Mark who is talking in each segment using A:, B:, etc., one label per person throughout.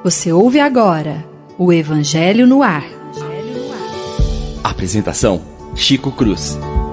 A: Você ouve agora o Evangelho no Ar.
B: Apresentação: Chico Cruz.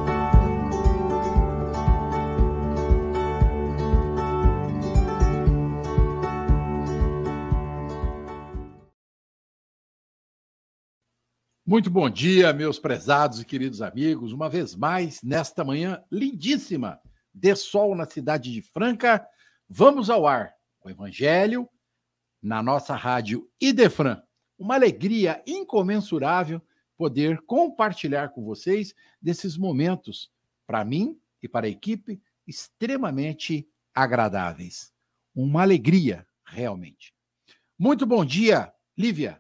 C: Muito bom dia, meus prezados e queridos amigos. Uma vez mais, nesta manhã lindíssima de sol na cidade de Franca, vamos ao ar o Evangelho na nossa rádio Idefran. Uma alegria incomensurável poder compartilhar com vocês desses momentos, para mim e para a equipe, extremamente agradáveis. Uma alegria, realmente. Muito bom dia, Lívia.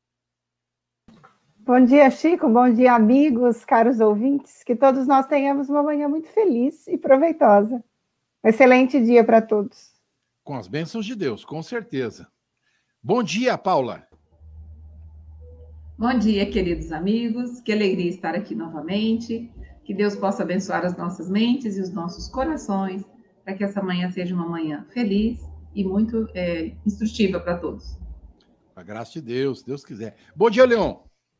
D: Bom dia, Chico. Bom dia, amigos, caros ouvintes. Que todos nós tenhamos uma manhã muito feliz e proveitosa. Um excelente dia para todos.
C: Com as bênçãos de Deus, com certeza. Bom dia, Paula.
E: Bom dia, queridos amigos. Que alegria estar aqui novamente. Que Deus possa abençoar as nossas mentes e os nossos corações, para que essa manhã seja uma manhã feliz e muito instrutiva para todos.
C: Com a graça de Deus, se Deus quiser. Bom dia, Leon.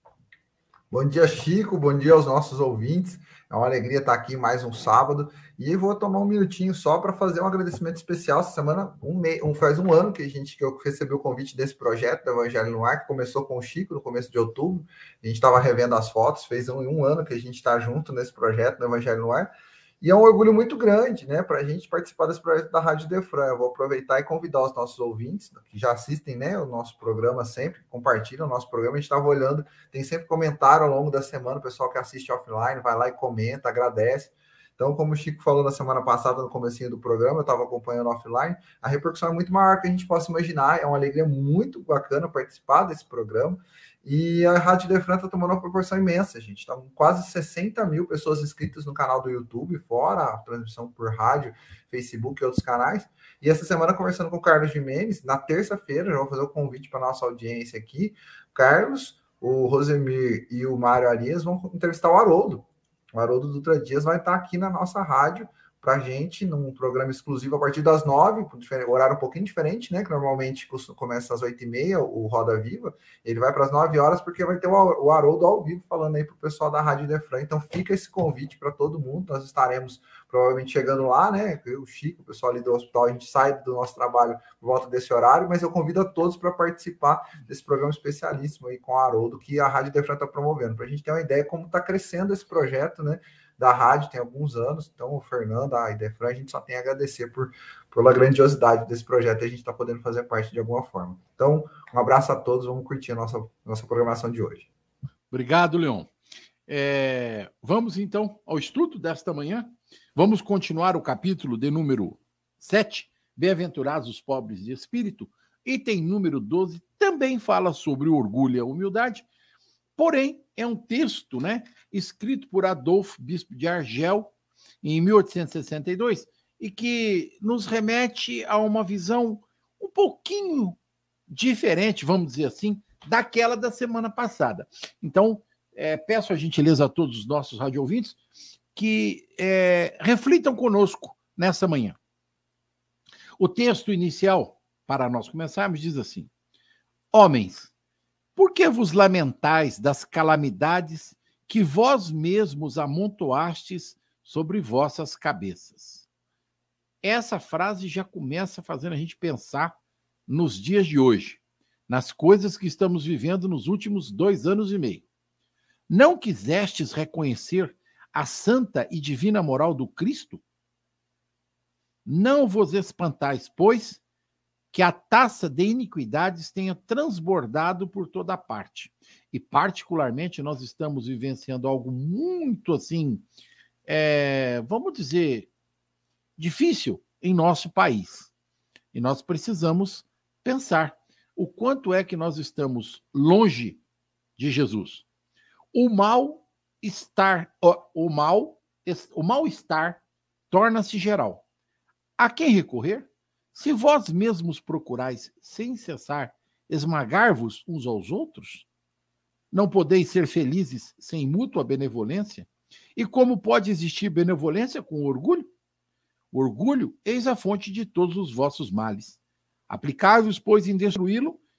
F: Bom dia, Chico. Bom dia aos nossos ouvintes. É uma alegria estar aqui mais um sábado. E vou tomar um minutinho só para fazer um agradecimento especial. Essa semana, faz um ano que eu recebi o convite desse projeto do Evangelho no Ar, que começou com o Chico no começo de outubro. A gente estava revendo as fotos, fez um ano que a gente está junto nesse projeto do Evangelho no Ar. E é um orgulho muito grande, né, para a gente participar desse projeto da Rádio Idefran. Eu vou aproveitar e convidar os nossos ouvintes, que já assistem, né, o nosso programa sempre, compartilham o nosso programa. A gente estava olhando, tem sempre comentário ao longo da semana, o pessoal que assiste offline vai lá e comenta, agradece. Então, como o Chico falou na semana passada, no comecinho do programa, eu estava acompanhando offline, a repercussão é muito maior que a gente possa imaginar. É uma alegria muito bacana participar desse programa. E a Rádio Idefran está tomando uma proporção imensa, gente. Estão quase 60 mil pessoas inscritas no canal do YouTube, fora a transmissão por rádio, Facebook e outros canais. E essa semana, conversando com o Carlos Jimenez, na terça-feira, já vou fazer o convite para a nossa audiência aqui. O Carlos, o Rosemir e o Mário Arias vão entrevistar o Haroldo. O Haroldo Dutra Dias vai estar aqui na nossa rádio para a gente, num programa exclusivo a partir das 9, horário um pouquinho diferente, né? Que normalmente começa às 8h30, o Roda Viva. Ele vai para as 9 horas, porque vai ter o Haroldo ao vivo falando aí para o pessoal da Rádio Idefran. Então fica esse convite para todo mundo. Nós estaremos provavelmente chegando lá, né? Eu, o Chico, o pessoal ali do hospital, a gente sai do nosso trabalho por volta desse horário, mas eu convido a todos para participar desse programa especialíssimo aí com o Haroldo, que a Rádio Idefran está promovendo, para a gente ter uma ideia como está crescendo esse projeto, né? Da rádio, tem alguns anos. Então, o Fernando, a Idefran, a gente só tem a agradecer pela grandiosidade desse projeto e a gente está podendo fazer parte de alguma forma. Então, um abraço a todos, vamos curtir a nossa programação de hoje.
C: Obrigado, Leon. Vamos, então, ao estudo desta manhã. Vamos continuar o capítulo de número 7, Bem-aventurados os pobres de espírito. Item número 12 também fala sobre o orgulho e a humildade, porém, é um texto, né, escrito por Adolfo, bispo de Argel, em 1862, e que nos remete a uma visão um pouquinho diferente, vamos dizer assim, daquela da semana passada. Então, peço a gentileza a todos os nossos radioouvintes que reflitam conosco nessa manhã. O texto inicial, para nós começarmos, diz assim: Homens, por que vos lamentais das calamidades que vós mesmos amontoastes sobre vossas cabeças? Essa frase já começa fazendo a gente pensar nos dias de hoje, nas coisas que estamos vivendo nos últimos 2 anos e meio. Não quisestes reconhecer a santa e divina moral do Cristo? Não vos espantais, pois, que a taça de iniquidades tenha transbordado por toda parte. E, particularmente, nós estamos vivenciando algo muito, assim, vamos dizer, difícil em nosso país. E nós precisamos pensar o quanto é que nós estamos longe de Jesus. O mal-estar torna-se geral. A quem recorrer? Se vós mesmos procurais, sem cessar, esmagar-vos uns aos outros, não podeis ser felizes sem mútua benevolência? E como pode existir benevolência com orgulho? Orgulho, eis a fonte de todos os vossos males. Aplicai-vos, pois, em destruí-lo,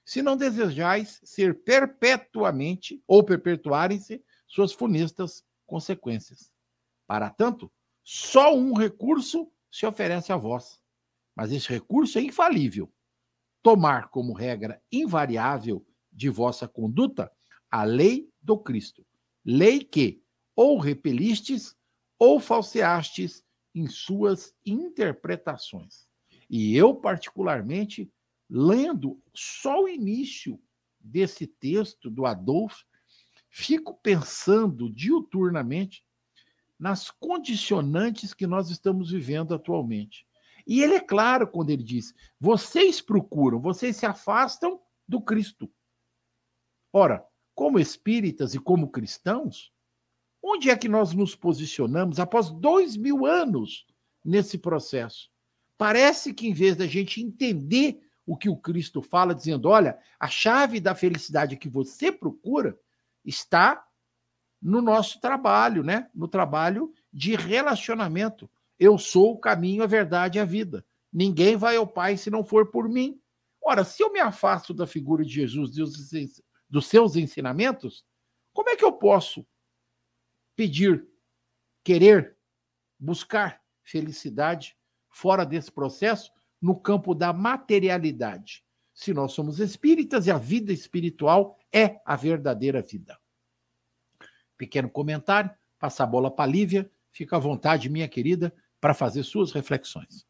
C: se não desejais ser perpetuamente ou perpetuarem-se suas funestas consequências. Para tanto, só um recurso se oferece a vós, mas esse recurso é infalível. Tomar como regra invariável de vossa conduta a lei do Cristo, lei que ou repelistes ou falseastes em suas interpretações. E eu, particularmente, lendo só o início desse texto do Adolfo, fico pensando diuturnamente nas condicionantes que nós estamos vivendo atualmente. E ele é claro quando ele diz: vocês procuram, vocês se afastam do Cristo. Ora, como espíritas e como cristãos, onde é que nós nos posicionamos após 2000 anos nesse processo? Parece que, em vez da gente entender o que o Cristo fala, dizendo, olha, a chave da felicidade que você procura está no nosso trabalho, né? No trabalho de relacionamento. Eu sou o caminho, a verdade e a vida. Ninguém vai ao Pai se não for por mim. Ora, se eu me afasto da figura de Jesus, dos seus ensinamentos, como é que eu posso pedir, querer, buscar felicidade fora desse processo, no campo da materialidade? Se nós somos espíritas e a vida espiritual é a verdadeira vida. Pequeno comentário, passar a bola para a Lívia. Fica à vontade, minha querida, para fazer suas reflexões.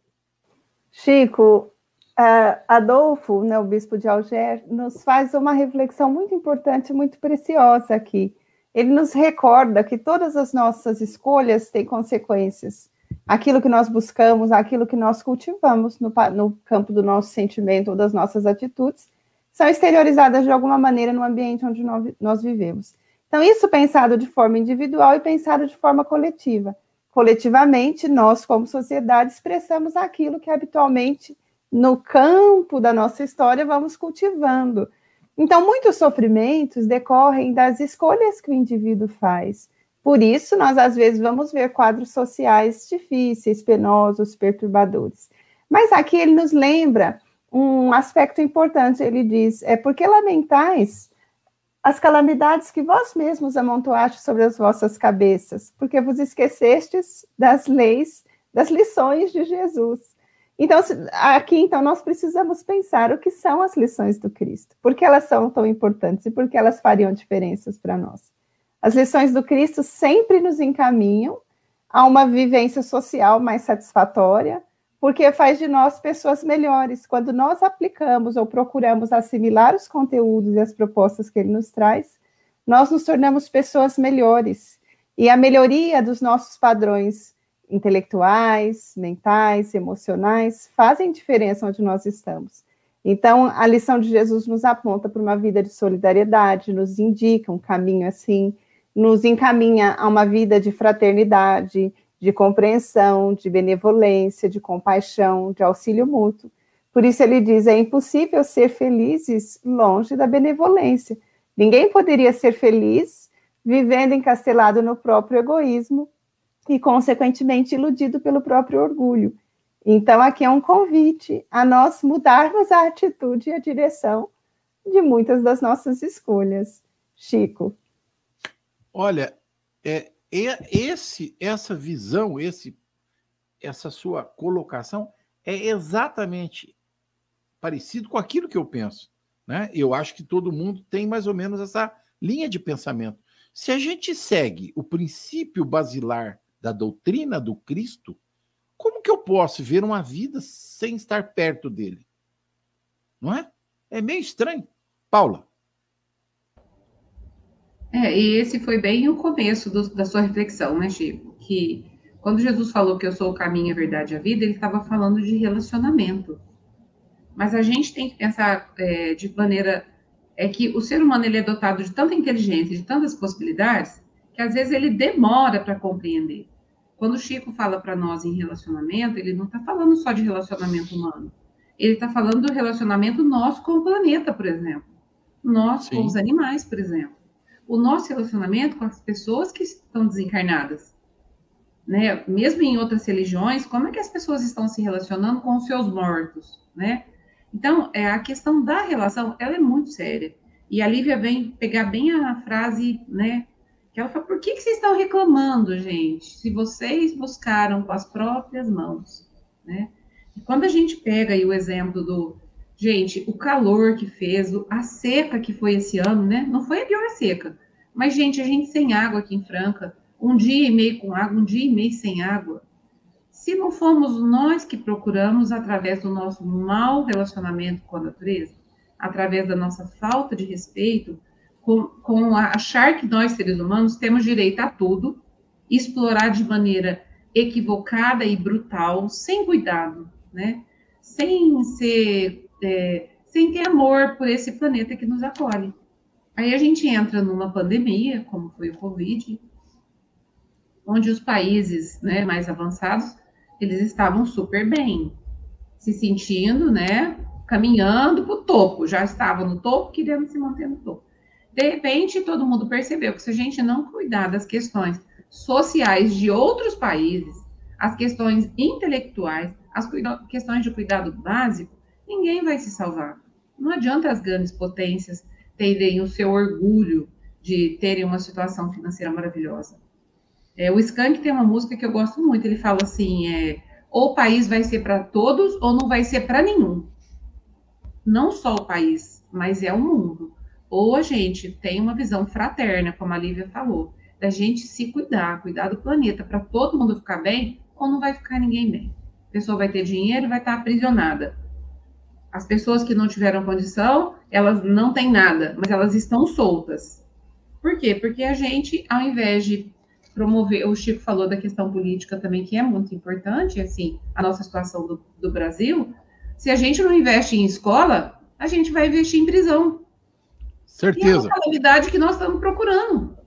D: Chico, Adolfo, né, o bispo de Alger, nos faz uma reflexão muito importante, muito preciosa aqui. Ele nos recorda que todas as nossas escolhas têm consequências. Aquilo que nós buscamos, aquilo que nós cultivamos no campo do nosso sentimento ou das nossas atitudes, são exteriorizadas de alguma maneira no ambiente onde nós vivemos. Então, isso pensado de forma individual e pensado de forma coletiva. Coletivamente, nós, como sociedade, expressamos aquilo que habitualmente, no campo da nossa história, vamos cultivando. Então, muitos sofrimentos decorrem das escolhas que o indivíduo faz. Por isso, nós, às vezes, vamos ver quadros sociais difíceis, penosos, perturbadores. Mas aqui ele nos lembra um aspecto importante. Ele diz, porque lamentais as calamidades que vós mesmos amontoastes sobre as vossas cabeças, porque vos esquecestes das leis, das lições de Jesus. Então, aqui, nós precisamos pensar o que são as lições do Cristo, por que elas são tão importantes e por que elas fariam diferenças para nós. As lições do Cristo sempre nos encaminham a uma vivência social mais satisfatória, porque faz de nós pessoas melhores. Quando nós aplicamos ou procuramos assimilar os conteúdos e as propostas que ele nos traz, nós nos tornamos pessoas melhores. E a melhoria dos nossos padrões intelectuais, mentais, emocionais, fazem diferença onde nós estamos. Então, a lição de Jesus nos aponta para uma vida de solidariedade, nos indica um caminho assim, nos encaminha a uma vida de fraternidade, de compreensão, de benevolência, de compaixão, de auxílio mútuo. Por isso ele diz, é impossível ser felizes longe da benevolência. Ninguém poderia ser feliz vivendo encastelado no próprio egoísmo e, consequentemente, iludido pelo próprio orgulho. Então, aqui é um convite a nós mudarmos a atitude e a direção de muitas das nossas escolhas. Chico.
C: Olha, essa visão, essa sua colocação é exatamente parecido com aquilo que eu penso, né? Eu acho que todo mundo tem mais ou menos essa linha de pensamento. Se a gente segue o princípio basilar da doutrina do Cristo, como que eu posso ver uma vida sem estar perto dele? Não é? É meio estranho. Paula.
E: E esse foi bem o começo da sua reflexão, né, Chico? Que quando Jesus falou que eu sou o caminho, a verdade e a vida, ele estava falando de relacionamento. Mas a gente tem que pensar de maneira... que o ser humano ele é dotado de tanta inteligência, de tantas possibilidades, que às vezes ele demora para compreender. Quando o Chico fala para nós em relacionamento, ele não está falando só de relacionamento humano. Ele está falando do relacionamento nosso com o planeta, por exemplo. Nós com os animais, por exemplo. O nosso relacionamento com as pessoas que estão desencarnadas. Né? Mesmo em outras religiões, como é que as pessoas estão se relacionando com os seus mortos? Né? Então, a questão da relação, ela é muito séria. E a Lívia vem pegar bem a frase, né? Que ela fala, por que vocês estão reclamando, gente? Se vocês buscaram com as próprias mãos, né? E quando a gente pega aí o exemplo do... Gente, o calor que fez, a seca que foi esse ano, né? Não foi a pior seca. Mas, gente, a gente sem água aqui em Franca, um dia e meio com água, um dia e meio sem água. Se não fomos nós que procuramos, através do nosso mau relacionamento com a natureza, através da nossa falta de respeito, com achar que nós, seres humanos, temos direito a tudo, explorar de maneira equivocada e brutal, sem cuidado, né? Sem ter amor por esse planeta que nos acolhe. Aí a gente entra numa pandemia, como foi o Covid, onde os países, né, mais avançados, eles estavam super bem, se sentindo, né, caminhando para o topo, já estavam no topo, querendo se manter no topo. De repente, todo mundo percebeu que se a gente não cuidar das questões sociais de outros países, as questões intelectuais, as questões de cuidado básico, ninguém vai se salvar. Não adianta as grandes potências terem o seu orgulho de terem uma situação financeira maravilhosa. O Skank tem uma música que eu gosto muito, ele fala assim, ou o país vai ser para todos ou não vai ser para nenhum. Não só o país, mas é o mundo. Ou a gente tem uma visão fraterna, como a Lívia falou, da gente se cuidar do planeta para todo mundo ficar bem, ou não vai ficar ninguém bem. A pessoa vai ter dinheiro e vai estar aprisionada. As pessoas que não tiveram condição, elas não têm nada, mas elas estão soltas. Por quê? Porque a gente, ao invés de promover, o Chico falou da questão política também, que é muito importante, assim, a nossa situação do Brasil, se a gente não investe em escola, a gente vai investir em prisão.
C: Certeza.
E: E é a qualidade que nós estamos procurando.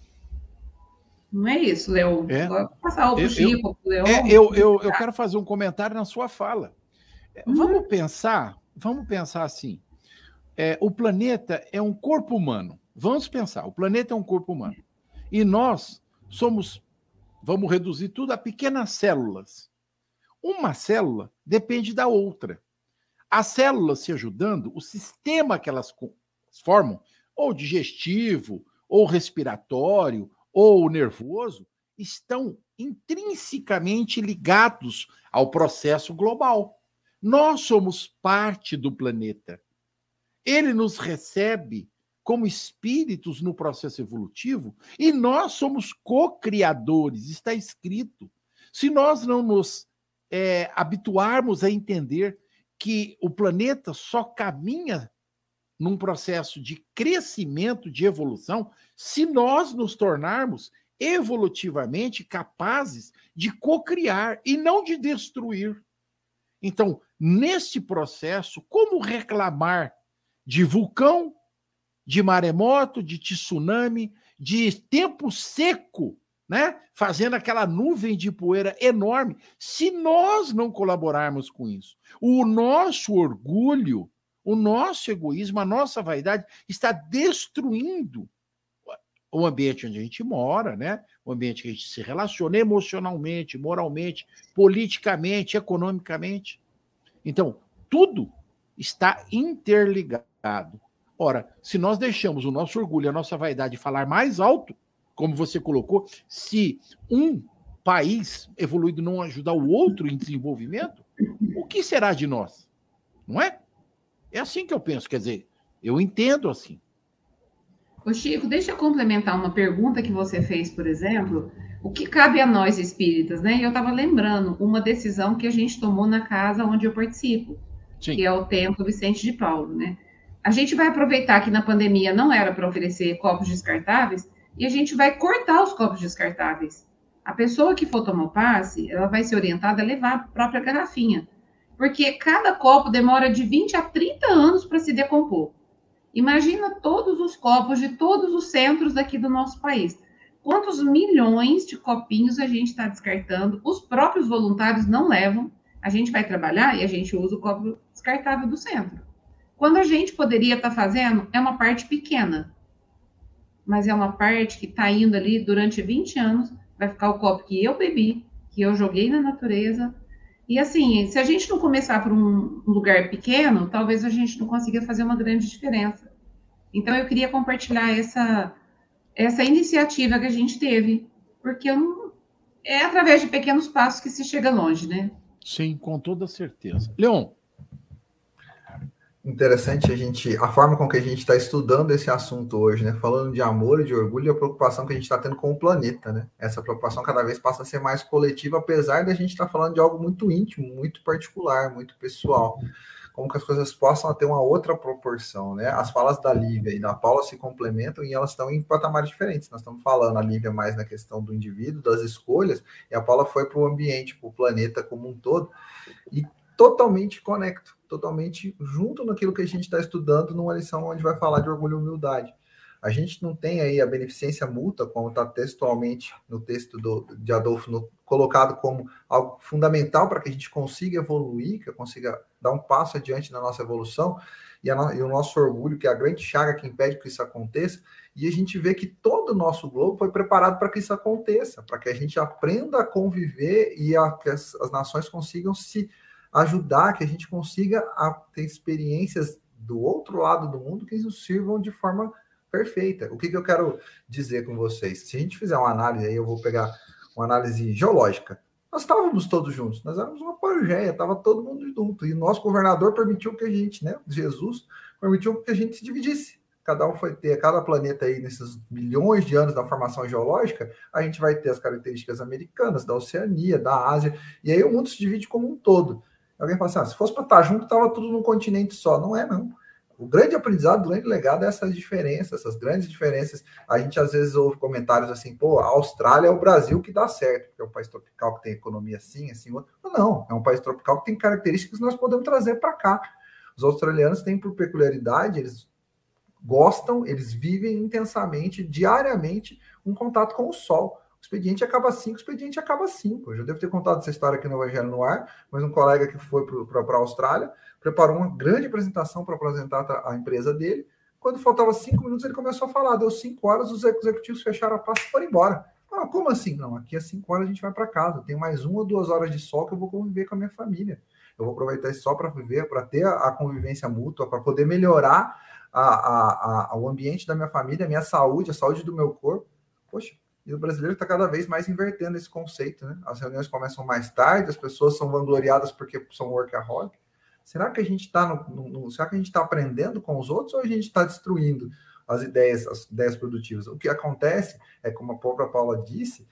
E: Não é isso, Leon? Vou passar para o Chico, pro Leon.
C: Eu quero fazer um comentário na sua fala. Vamos pensar assim. O planeta é um corpo humano. Vamos pensar, o planeta é um corpo humano. E nós vamos reduzir tudo a pequenas células. Uma célula depende da outra. As células se ajudando, o sistema que elas formam, ou digestivo, ou respiratório, ou nervoso, estão intrinsecamente ligados ao processo global. Nós somos parte do planeta. Ele nos recebe como espíritos no processo evolutivo e nós somos co-criadores, está escrito. Se nós não nos habituarmos a entender que o planeta só caminha num processo de crescimento, de evolução, se nós nos tornarmos evolutivamente capazes de co-criar e não de destruir. Então, neste processo, como reclamar de vulcão, de maremoto, de tsunami, de tempo seco, né? Fazendo aquela nuvem de poeira enorme, se nós não colaborarmos com isso? O nosso orgulho, o nosso egoísmo, a nossa vaidade está destruindo o ambiente onde a gente mora, né? O ambiente que a gente se relaciona emocionalmente, moralmente, politicamente, economicamente. Então, tudo está interligado. Ora, se nós deixamos o nosso orgulho, a nossa vaidade falar mais alto, como você colocou, se um país evoluído não ajudar o outro em desenvolvimento, o que será de nós? Não é? É assim que eu penso, quer dizer, eu entendo assim.
E: Ô Chico, deixa eu complementar uma pergunta que você fez, por exemplo, o que cabe a nós espíritas, né? E eu estava lembrando uma decisão que a gente tomou na casa onde eu participo,
C: Sim.
E: Que é o Templo Vicente de Paulo, né? A gente vai aproveitar que na pandemia não era para oferecer copos descartáveis e a gente vai cortar os copos descartáveis. A pessoa que for tomar o passe, ela vai ser orientada a levar a própria garrafinha, porque cada copo demora de 20 a 30 anos para se decompor. Imagina todos os copos de todos os centros daqui do nosso país. Quantos milhões de copinhos a gente está descartando? Os próprios voluntários não levam. A gente vai trabalhar e a gente usa o copo descartável do centro. Quando a gente poderia estar fazendo, é uma parte pequena. Mas é uma parte que está indo ali durante 20 anos, vai ficar o copo que eu bebi, que eu joguei na natureza, E assim, se a gente não começar por um lugar pequeno, talvez a gente não consiga fazer uma grande diferença. Então, eu queria compartilhar essa iniciativa que a gente teve, porque é através de pequenos passos que se chega longe, né?
C: Sim, com toda certeza. Leon.
F: Interessante a forma com que a gente está estudando esse assunto hoje, né? Falando de amor e de orgulho e a preocupação que a gente está tendo com o planeta, né? Essa preocupação cada vez passa a ser mais coletiva, apesar da gente estar falando de algo muito íntimo, muito particular, muito pessoal. Como que as coisas possam ter uma outra proporção, né? As falas da Lívia e da Paula se complementam e elas estão em patamares diferentes. Nós estamos falando, a Lívia mais na questão do indivíduo, das escolhas, e a Paula foi para o ambiente, para o planeta como um todo, e totalmente conecto, totalmente junto naquilo que a gente está estudando numa lição onde vai falar de orgulho e humildade. A gente não tem aí a beneficência mútua, como está textualmente no texto de Adolfo, colocado como algo fundamental para que a gente consiga evoluir, que consiga dar um passo adiante na nossa evolução, e o nosso orgulho, que é a grande chaga que impede que isso aconteça, e a gente vê que todo o nosso globo foi preparado para que isso aconteça, para que a gente aprenda a conviver e que as nações consigam se ajudar, que a gente consiga ter experiências do outro lado do mundo que nos sirvam de forma perfeita. O que eu quero dizer com vocês? Se a gente fizer uma análise, aí eu vou pegar uma análise geológica. Nós estávamos todos juntos, nós éramos uma pangeia, estava todo mundo junto, e o nosso governador permitiu que a gente, né, Jesus, permitiu que a gente se dividisse. Cada um foi ter, cada planeta aí, nesses milhões de anos da formação geológica, a gente vai ter as características americanas, da Oceania, da Ásia, e aí o mundo se divide como um todo. Alguém fala assim, se fosse para estar junto, estava tudo num continente só. Não é, não. O grande aprendizado, o grande legado é essas diferenças, essas grandes diferenças. A gente às vezes ouve comentários assim, pô, a Austrália é o Brasil que dá certo, porque é um país tropical que tem economia assim, assim, outro. Não, é um país tropical que tem características que nós podemos trazer para cá. Os australianos têm por peculiaridade, eles gostam, eles vivem intensamente, diariamente, um contato com o sol. O expediente acaba 5, o expediente acaba 5. Eu já devo ter contado essa história aqui no Evangelho no Ar, mas um colega que foi para a Austrália preparou uma grande apresentação para apresentar a empresa dele. Quando faltava 5 minutos, ele começou a falar. Deu 5 horas, os executivos fecharam a pasta e foram embora. Ah, como assim? Não, aqui às 5 horas a gente vai para casa. Tem mais 1 ou 2 horas de sol que eu vou conviver com a minha família. Eu vou aproveitar isso só para viver, para ter a convivência mútua, para poder melhorar o ambiente da minha família, a minha saúde, a saúde do meu corpo. Poxa, e o brasileiro está cada vez mais invertendo esse conceito, né? As reuniões começam mais tarde, as pessoas são vangloriadas porque são workaholic. Será que a gente está será que a gente está aprendendo com os outros ou a gente está destruindo as ideias produtivas? O que acontece é, como a própria Paula disse,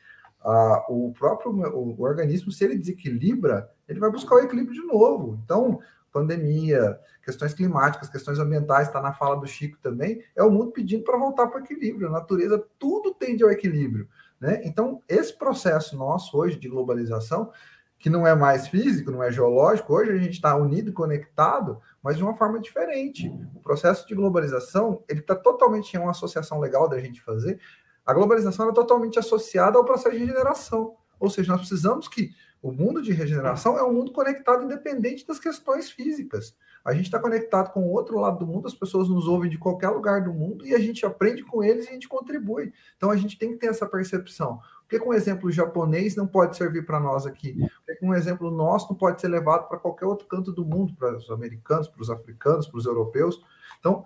F: o organismo, se ele desequilibra, ele vai buscar o equilíbrio de novo. Então, pandemia, questões climáticas, questões ambientais, está na fala do Chico também, é o mundo pedindo para voltar para o equilíbrio. A natureza, tudo tende ao equilíbrio, né? Então, esse processo nosso hoje de globalização, que não é mais físico, não é geológico, hoje a gente está unido e conectado, mas de uma forma diferente. O processo de globalização, ele está totalmente em uma associação legal da gente fazer. A globalização é totalmente associada ao processo de regeneração. Ou seja, nós precisamos que o mundo de regeneração é um mundo conectado independente das questões físicas. A gente está conectado com o outro lado do mundo, as pessoas nos ouvem de qualquer lugar do mundo e a gente aprende com eles e a gente contribui. Então a gente tem que ter essa percepção. Por que um exemplo japonês não pode servir para nós aqui? Por que um exemplo nosso não pode ser levado para qualquer outro canto do mundo, para os americanos, para os africanos, para os europeus? Então,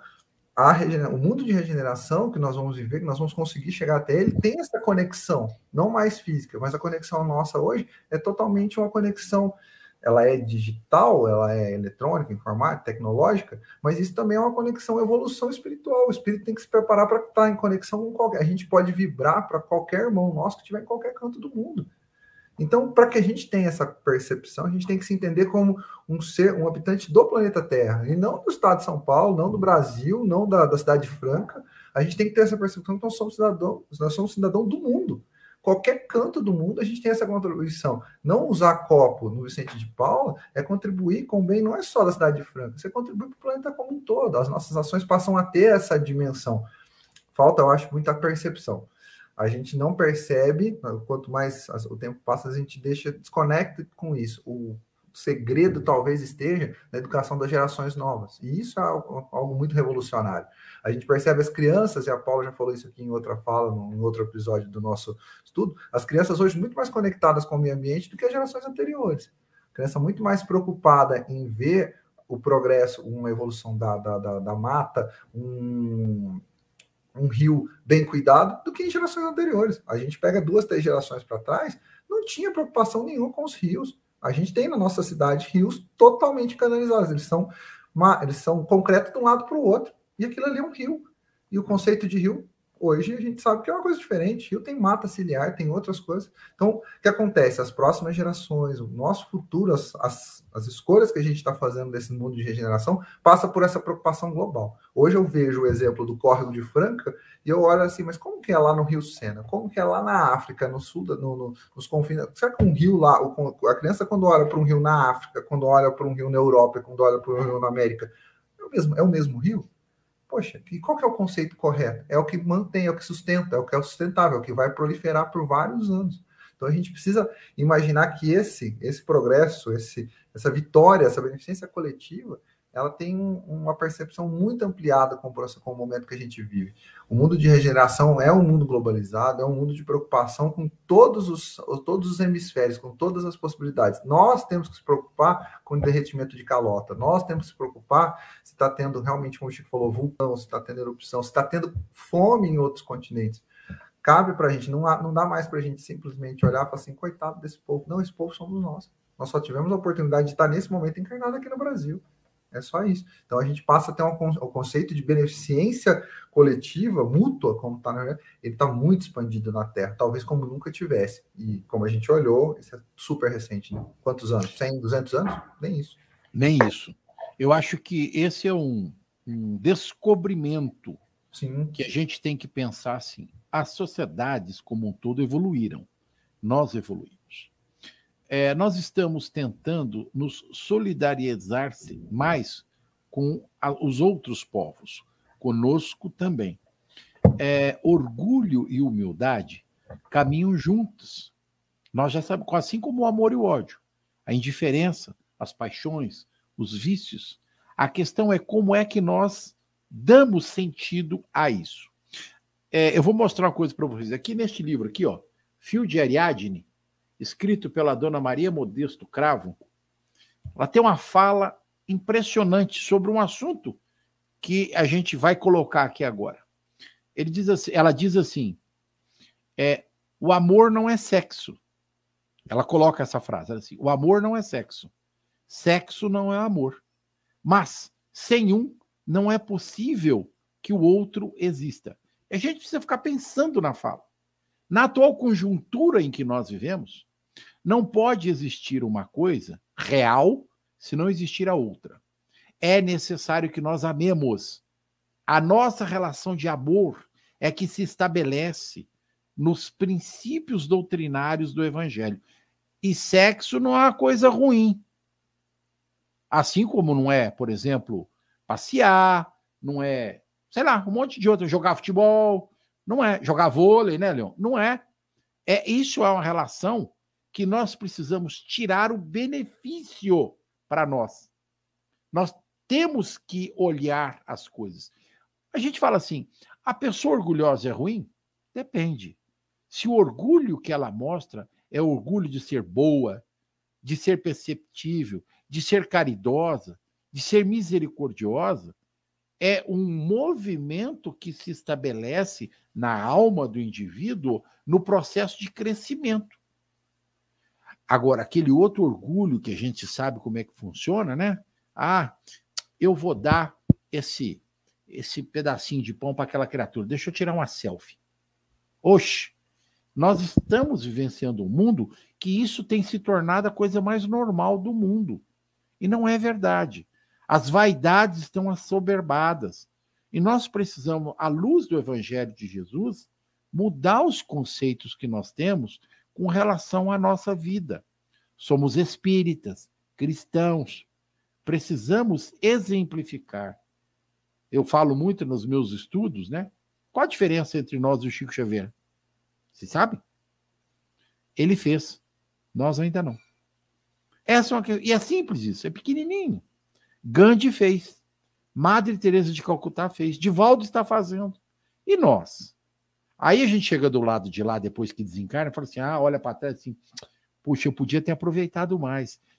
F: o mundo de regeneração que nós vamos viver, que nós vamos conseguir chegar até ele, tem essa conexão, não mais física, mas a conexão nossa hoje é totalmente uma conexão, ela é digital, ela é eletrônica, informática, tecnológica, mas isso também é uma conexão, evolução espiritual. O espírito tem que se preparar para estar em conexão com qualquer. A gente pode vibrar para qualquer irmão nosso que estiver em qualquer canto do mundo. Então, para que a gente tenha essa percepção, a gente tem que se entender como um ser, um habitante do planeta Terra, e não do estado de São Paulo, não do Brasil, não da cidade franca. A gente tem que ter essa percepção que nós somos cidadão do mundo. Qualquer canto do mundo, a gente tem essa contribuição. Não usar copo no Vicente de Paula é contribuir com o bem, não é só da cidade franca, você contribui para o planeta como um todo. As nossas ações passam a ter essa dimensão. Falta, eu acho, muita percepção. A gente não percebe, quanto mais o tempo passa, a gente desconecta com isso. O segredo talvez esteja na educação das gerações novas. E isso é algo muito revolucionário. A gente percebe as crianças, e a Paula já falou isso aqui em outra fala, em outro episódio do nosso estudo, as crianças hoje muito mais conectadas com o meio ambiente do que as gerações anteriores. Criança muito mais preocupada em ver o progresso, uma evolução da mata, um rio bem cuidado, do que em gerações anteriores. A gente pega 2, 3 gerações para trás, não tinha preocupação nenhuma com os rios. A gente tem na nossa cidade rios totalmente canalizados. Eles são concreto de um lado para o outro. E aquilo ali é um rio. E o conceito de rio, hoje, a gente sabe que é uma coisa diferente. Rio tem mata ciliar, tem outras coisas. Então, o que acontece? As próximas gerações, o nosso futuro, as escolhas que a gente está fazendo desse mundo de regeneração, passa por essa preocupação global. Hoje eu vejo o exemplo do córrego de Franca e eu olho assim, mas como que é lá no Rio Sena? Como que é lá na África, no sul, nos confins? Será que um rio lá, a criança quando olha para um rio na África, quando olha para um rio na Europa, quando olha para um rio na América, é o mesmo rio? Poxa, e qual que é o conceito correto? É o que mantém, é o que sustenta, é o que é sustentável, é o que vai proliferar por vários anos. Então a gente precisa imaginar que esse progresso, essa vitória, essa beneficência coletiva, ela tem uma percepção muito ampliada com o momento que a gente vive. O mundo de regeneração é um mundo globalizado, é um mundo de preocupação com todos os hemisférios, com todas as possibilidades. Nós temos que se preocupar com o derretimento de calota, nós temos que se preocupar se está tendo realmente, como o Chico falou, vulcão, se está tendo erupção, se está tendo fome em outros continentes. Cabe para a gente, não dá mais para a gente simplesmente olhar e falar assim, coitado desse povo. Não, esse povo somos nós. Nós só tivemos a oportunidade de estar nesse momento encarnado aqui no Brasil. É só isso. Então a gente passa a ter o conceito de beneficência coletiva, mútua, como está ele está muito expandido na Terra, talvez como nunca tivesse. E como a gente olhou, isso é super recente, né? Quantos anos? 100, 200 anos? Nem isso.
C: Nem isso. Eu acho que esse é um descobrimento. Sim. Que a gente tem que pensar assim. As sociedades como um todo evoluíram. Nós evoluímos. Nós estamos tentando nos solidarizar-se mais com os outros povos, conosco também. Orgulho e humildade caminham juntos. Nós já sabemos, assim como o amor e o ódio, a indiferença, as paixões, os vícios. A questão é como é que nós damos sentido a isso. Eu vou mostrar uma coisa para vocês. Aqui neste livro, aqui, ó, Fio de Ariadne, escrito pela dona Maria Modesto Cravo, ela tem uma fala impressionante sobre um assunto que a gente vai colocar aqui agora. Ela diz assim, o amor não é sexo. Ela coloca essa frase, assim, o amor não é sexo. Sexo não é amor. Mas, sem um, não é possível que o outro exista. A gente precisa ficar pensando na fala. Na atual conjuntura em que nós vivemos, não pode existir uma coisa real se não existir a outra. É necessário que nós amemos. A nossa relação de amor é que se estabelece nos princípios doutrinários do Evangelho. E sexo não é uma coisa ruim. Assim como não é, por exemplo, passear, não é, sei lá, um monte de outras, jogar futebol, não é, jogar vôlei, né, Leon? Não é. Isso é uma relação que nós precisamos tirar o benefício para nós. Nós temos que olhar as coisas. A gente fala assim, a pessoa orgulhosa é ruim? Depende. Se o orgulho que ela mostra é o orgulho de ser boa, de ser perceptível, de ser caridosa, de ser misericordiosa, é um movimento que se estabelece na alma do indivíduo no processo de crescimento. Agora, aquele outro orgulho que a gente sabe como é que funciona, né? Eu vou dar esse pedacinho de pão para aquela criatura. Deixa eu tirar uma selfie. Oxe, nós estamos vivenciando um mundo que isso tem se tornado a coisa mais normal do mundo. E não é verdade. As vaidades estão assoberbadas. E nós precisamos, à luz do Evangelho de Jesus, mudar os conceitos que nós temos com relação à nossa vida. Somos espíritas, cristãos. Precisamos exemplificar. Eu falo muito nos meus estudos, né? Qual a diferença entre nós e o Chico Xavier? Você sabe? Ele fez. Nós ainda não. E é simples isso, é pequenininho. Gandhi fez. Madre Teresa de Calcutá fez. Divaldo está fazendo. E nós? Aí a gente chega do lado de lá, depois que desencarna, e fala assim, olha para trás, assim, puxa, eu podia ter aproveitado mais.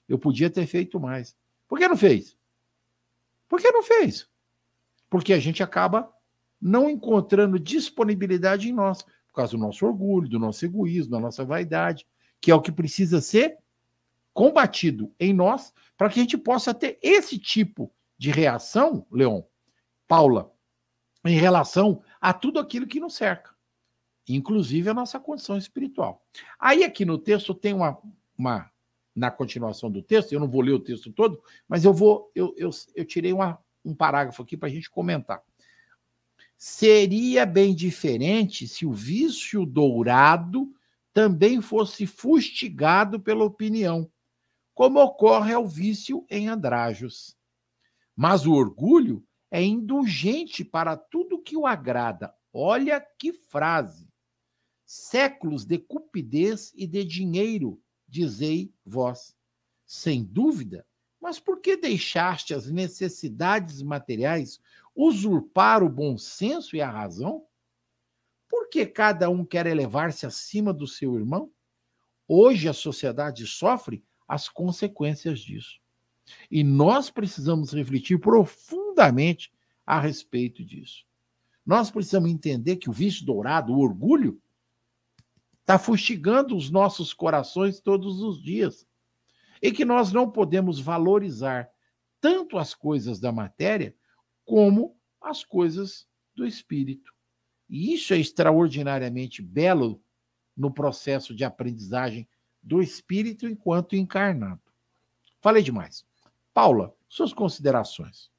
C: eu podia ter feito mais. Por que não fez? Por que não fez? Porque a gente acaba não encontrando disponibilidade em nós, por causa do nosso orgulho, do nosso egoísmo, da nossa vaidade, que é o que precisa ser combatido em nós para que a gente possa ter esse tipo de reação, Leon, Paula, em relação a tudo aquilo que nos cerca, inclusive a nossa condição espiritual. Aí aqui no texto tem na continuação do texto, eu não vou ler o texto todo, mas eu tirei um parágrafo aqui para a gente comentar. Seria bem diferente se o vício dourado também fosse fustigado pela opinião, como ocorre ao vício em andrajos. Mas o orgulho é indulgente para tudo que o agrada. Olha que frase! Séculos de cupidez e de dinheiro, dizei vós. Sem dúvida, mas por que deixaste as necessidades materiais usurpar o bom senso e a razão? Por que cada um quer elevar-se acima do seu irmão? Hoje a sociedade sofre as consequências disso. E nós precisamos refletir profundamente a respeito disso. Nós precisamos entender que o vício dourado, o orgulho, está fustigando os nossos corações todos os dias. E que nós não podemos valorizar tanto as coisas da matéria como as coisas do espírito. E isso é extraordinariamente belo no processo de aprendizagem do espírito enquanto encarnado. Falei demais. Paula, suas considerações.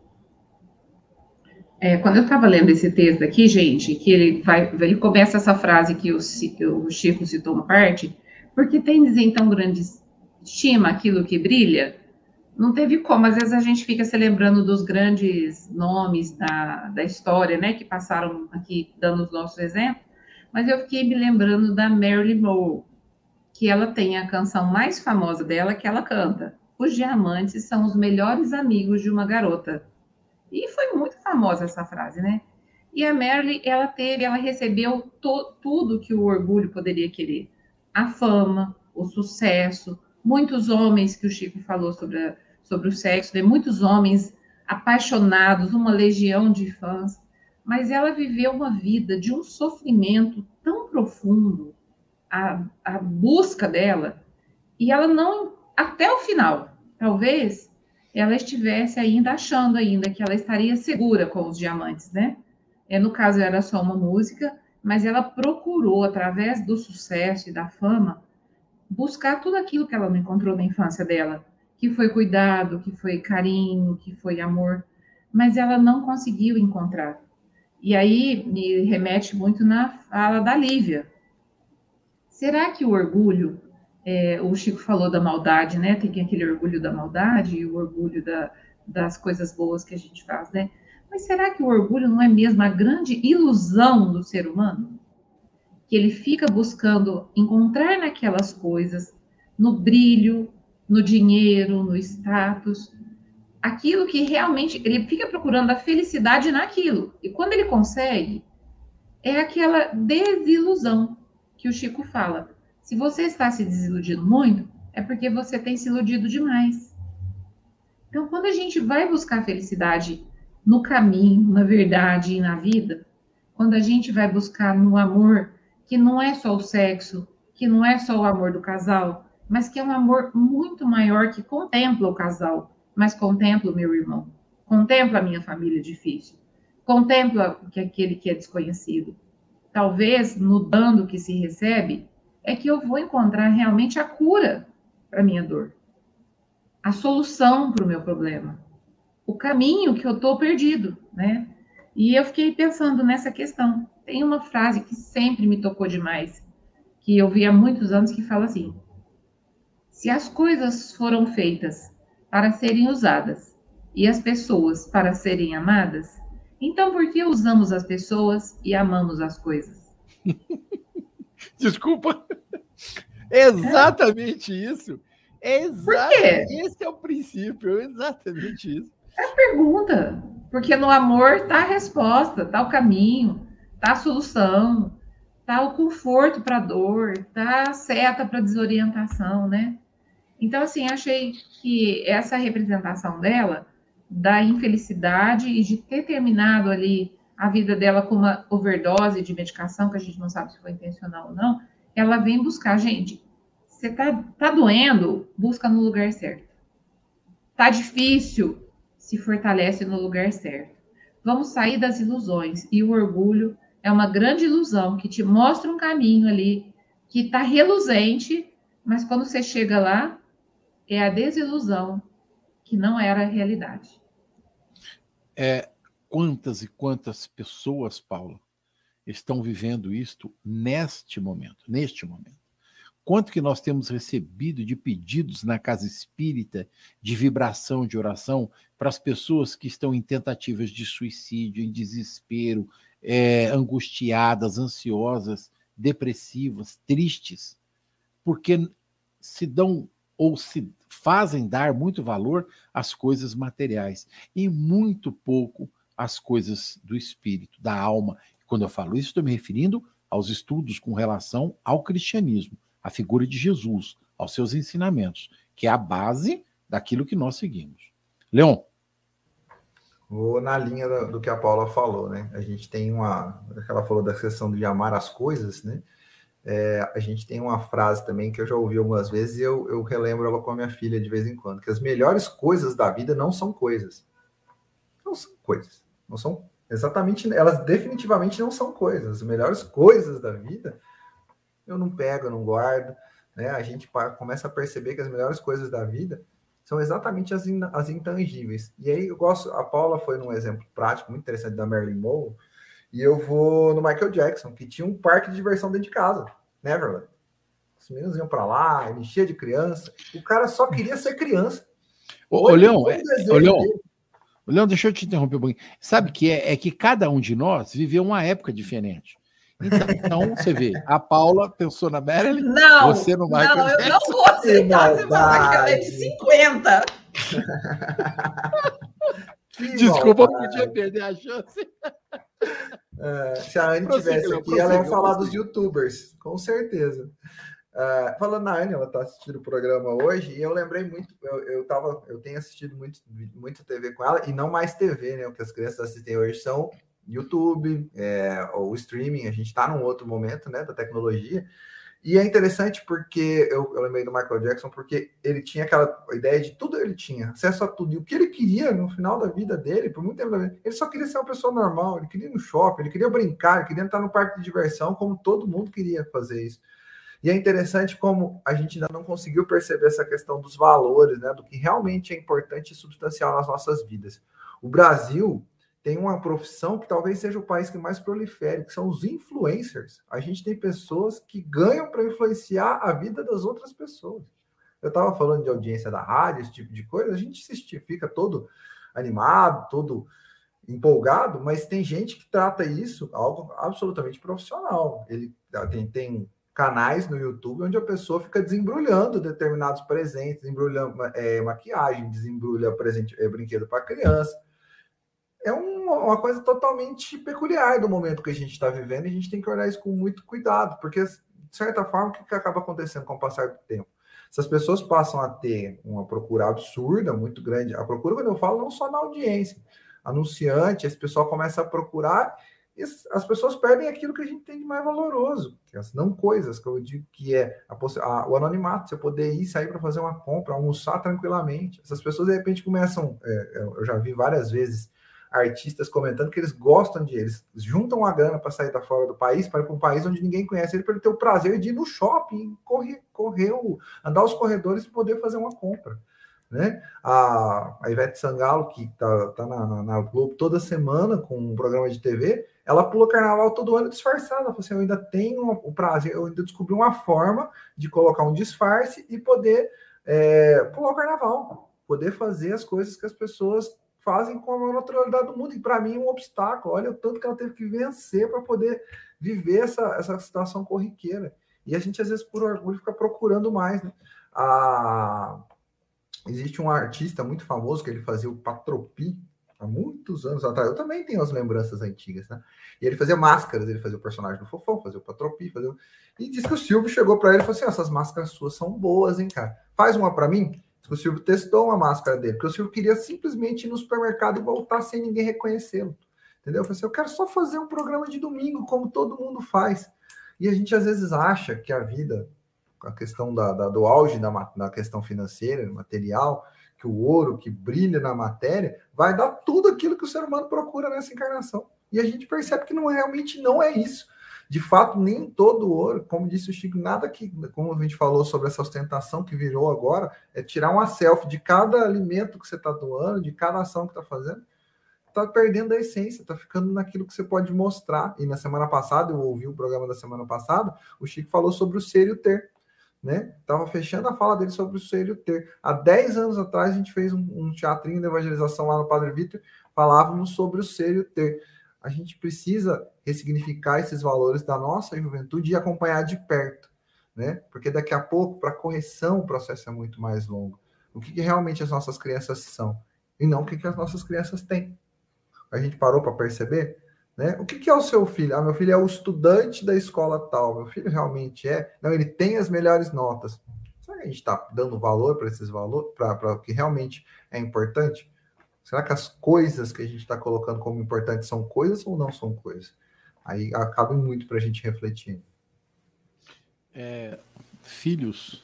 E: Quando eu estava lendo esse texto aqui, gente, que ele começa essa frase que o Chico citou uma parte, porque tem em tão grande estima aquilo que brilha, não teve como. Às vezes a gente fica se lembrando dos grandes nomes da história, né, que passaram aqui dando os nossos exemplos, mas eu fiquei me lembrando da Marilyn Monroe, que ela tem a canção mais famosa dela, que ela canta: os diamantes são os melhores amigos de uma garota. E foi muito famosa essa frase, né? E a Marilyn, ela recebeu tudo que o orgulho poderia querer. A fama, o sucesso, muitos homens, que o Chico falou sobre o sexo, né? Muitos homens apaixonados, uma legião de fãs, mas ela viveu uma vida de um sofrimento tão profundo, a busca dela, e ela não, até o final, talvez ela estivesse ainda achando ainda que ela estaria segura com os diamantes, né? No caso, era só uma música, mas ela procurou, através do sucesso e da fama, buscar tudo aquilo que ela não encontrou na infância dela, que foi cuidado, que foi carinho, que foi amor, mas ela não conseguiu encontrar. E aí me remete muito na fala da Lívia. Será que o orgulho, o Chico falou da maldade, né? Tem aquele orgulho da maldade e o orgulho das coisas boas que a gente faz, né? Mas será que o orgulho não é mesmo a grande ilusão do ser humano? Que ele fica buscando encontrar naquelas coisas, no brilho, no dinheiro, no status, aquilo que realmente, ele fica procurando a felicidade naquilo. E quando ele consegue, é aquela desilusão que o Chico fala. Se você está se desiludindo muito, é porque você tem se iludido demais. Então, quando a gente vai buscar felicidade no caminho, na verdade e na vida, quando a gente vai buscar no amor, que não é só o sexo, que não é só o amor do casal, mas que é um amor muito maior, que contempla o casal, mas contempla o meu irmão, contempla a minha família difícil, contempla aquele que é desconhecido. Talvez, no dando que se recebe, é que eu vou encontrar realmente a cura para a minha dor, a solução para o meu problema, o caminho que eu estou perdido, né? E eu fiquei pensando nessa questão. Tem uma frase que sempre me tocou demais, que eu vi há muitos anos, que fala assim: se as coisas foram feitas para serem usadas e as pessoas para serem amadas, então por que usamos as pessoas e amamos as coisas?
C: Desculpa. Exatamente isso.
E: Por quê?
C: Esse é o princípio, exatamente isso.
E: É a pergunta. Porque no amor está a resposta, está o caminho, está a solução, está o conforto para a dor, está a seta para a desorientação, né? Então, assim, achei que essa representação dela, da infelicidade e de ter terminado ali a vida dela com uma overdose de medicação, que a gente não sabe se foi intencional ou não, ela vem buscar, gente, você tá doendo, busca no lugar certo. Tá difícil, se fortalece no lugar certo. Vamos sair das ilusões. E o orgulho é uma grande ilusão que te mostra um caminho ali que está reluzente, mas quando você chega lá, é a desilusão que não era a realidade.
C: Quantas e quantas pessoas, Paula, estão vivendo isto neste momento? Quanto que nós temos recebido de pedidos na casa espírita de vibração, de oração, para as pessoas que estão em tentativas de suicídio, em desespero, angustiadas, ansiosas, depressivas, tristes, porque se dão ou se fazem dar muito valor às coisas materiais e muito pouco às coisas do espírito, da alma. Quando eu falo isso, estou me referindo aos estudos com relação ao cristianismo, a figura de Jesus, aos seus ensinamentos, que é a base daquilo que nós seguimos. Leon?
F: Vou na linha do que a Paula falou, né? A gente tem ela falou da questão de amar as coisas, né? A gente tem uma frase também que eu já ouvi algumas vezes e eu relembro ela com a minha filha de vez em quando, que as melhores coisas da vida não são coisas. Não são coisas. Não são exatamente, elas definitivamente não são coisas. As melhores coisas da vida eu não pego, eu não guardo, né? A gente começa a perceber que as melhores coisas da vida são exatamente as intangíveis. E aí a Paula foi num exemplo prático muito interessante da Marilyn Monroe, e eu vou no Michael Jackson, que tinha um parque de diversão dentro de casa, Neverland. Os meninos iam para lá, ele enchia de criança, o cara só queria ser criança.
C: Leon, deixa eu te interromper um pouquinho. Sabe que é que cada um de nós viveu uma época diferente. Então, você vê, a Paula pensou na Marilyn, você no Michael Jackson.
E: Não, eu não vou aceitar você falar que ela é de 50.
C: Desculpa, eu podia perder a chance.
F: Se a Anne estivesse aqui, ela ia falar dos youtubers, com certeza. Falando na Anne, ela está assistindo o programa hoje, e eu lembrei muito, eu tenho assistido muito TV com ela, e não mais TV, né? O que as crianças assistem hoje são YouTube, ou streaming. A gente está num outro momento, né, da tecnologia, e é interessante porque eu lembrei do Michael Jackson, porque ele tinha aquela ideia de tudo, ele tinha acesso a tudo, e o que ele queria no final da vida dele, por muito tempo, ele só queria ser uma pessoa normal, ele queria ir no shopping, ele queria brincar, ele queria estar no parque de diversão, como todo mundo queria fazer isso. E é interessante como a gente ainda não conseguiu perceber essa questão dos valores, né, do que realmente é importante e substancial nas nossas vidas. O Brasil tem uma profissão que talvez seja o país que mais prolifere, que são os influencers. A gente tem pessoas que ganham para influenciar a vida das outras pessoas. Eu estava falando de audiência da rádio, esse tipo de coisa, a gente fica todo animado, todo empolgado, mas tem gente que trata isso algo absolutamente profissional. Ele tem canais no YouTube onde a pessoa fica desembrulhando determinados presentes, desembrulhando maquiagem, desembrulha brinquedo para criança. É uma coisa totalmente peculiar do momento que a gente está vivendo, e a gente tem que olhar isso com muito cuidado, porque, de certa forma, o que acaba acontecendo com o passar do tempo? Essas pessoas passam a ter uma procura absurda, muito grande. A procura, quando eu falo, não só na audiência. Anunciante, esse pessoal começa a procurar, e as pessoas perdem aquilo que a gente tem de mais valoroso, que as não coisas, que eu digo que é o anonimato, você poder sair para fazer uma compra, almoçar tranquilamente. Essas pessoas, de repente, começam... eu já vi várias vezes artistas comentando que eles gostam eles juntam a grana para sair da fora do país, para ir para um país onde ninguém conhece ele, para ele ter o prazer de ir no shopping, andar os corredores e poder fazer uma compra, né? A Ivete Sangalo, que tá na Globo toda semana com um programa de TV, ela pula carnaval todo ano disfarçada. Ela falou assim, eu ainda tenho o prazer, eu ainda descobri uma forma de colocar um disfarce e poder pular o carnaval, poder fazer as coisas que as pessoas fazem com a maior naturalidade do mundo. E para mim é um obstáculo. Olha o tanto que ela teve que vencer para poder viver essa situação corriqueira. E a gente, às vezes, por orgulho, fica procurando mais, né? Existe um artista muito famoso que ele fazia o Patropi há muitos anos atrás. Eu também tenho as lembranças antigas, né? E ele fazia máscaras, ele fazia o personagem do Fofão, fazia o Patropi, e disse que o Silvio chegou para ele e falou assim, essas máscaras suas são boas, hein, cara? faz uma para mim. O Silvio testou uma máscara dele, porque o Silvio queria simplesmente ir no supermercado e voltar sem ninguém reconhecê-lo. Entendeu? Eu falei assim, eu quero só fazer um programa de domingo, como todo mundo faz. E a gente às vezes acha que a vida, a questão do auge da questão financeira, material, que o ouro que brilha na matéria, vai dar tudo aquilo que o ser humano procura nessa encarnação. E a gente percebe que realmente não é isso. De fato, nem todo ouro, como disse o Chico, nada que, como a gente falou sobre essa ostentação que virou agora, é tirar uma selfie de cada alimento que você está doando, de cada ação que está fazendo, está perdendo a essência, está ficando naquilo que você pode mostrar. E na semana passada, eu ouvi o programa da semana passada, o Chico falou sobre o ser e o ter. Né? Estava fechando a fala dele sobre o ser e o ter. Há 10 anos atrás, a gente fez um teatrinho de evangelização lá no Padre Vitor, falávamos sobre o ser e o ter. A gente precisa ressignificar esses valores da nossa juventude e acompanhar de perto, né? Porque daqui a pouco, para correção, o processo é muito mais longo. O que realmente as nossas crianças são e não o que as nossas crianças têm. A gente parou para perceber, né? O que é o seu filho? Ah, meu filho é o estudante da escola tal. Meu filho realmente é? Não, ele tem as melhores notas. Será que a gente está dando valor para esses valores, para o que realmente é importante? Será que as coisas que a gente está colocando como importantes são coisas ou não são coisas? Aí acaba muito para a gente refletir.
C: Filhos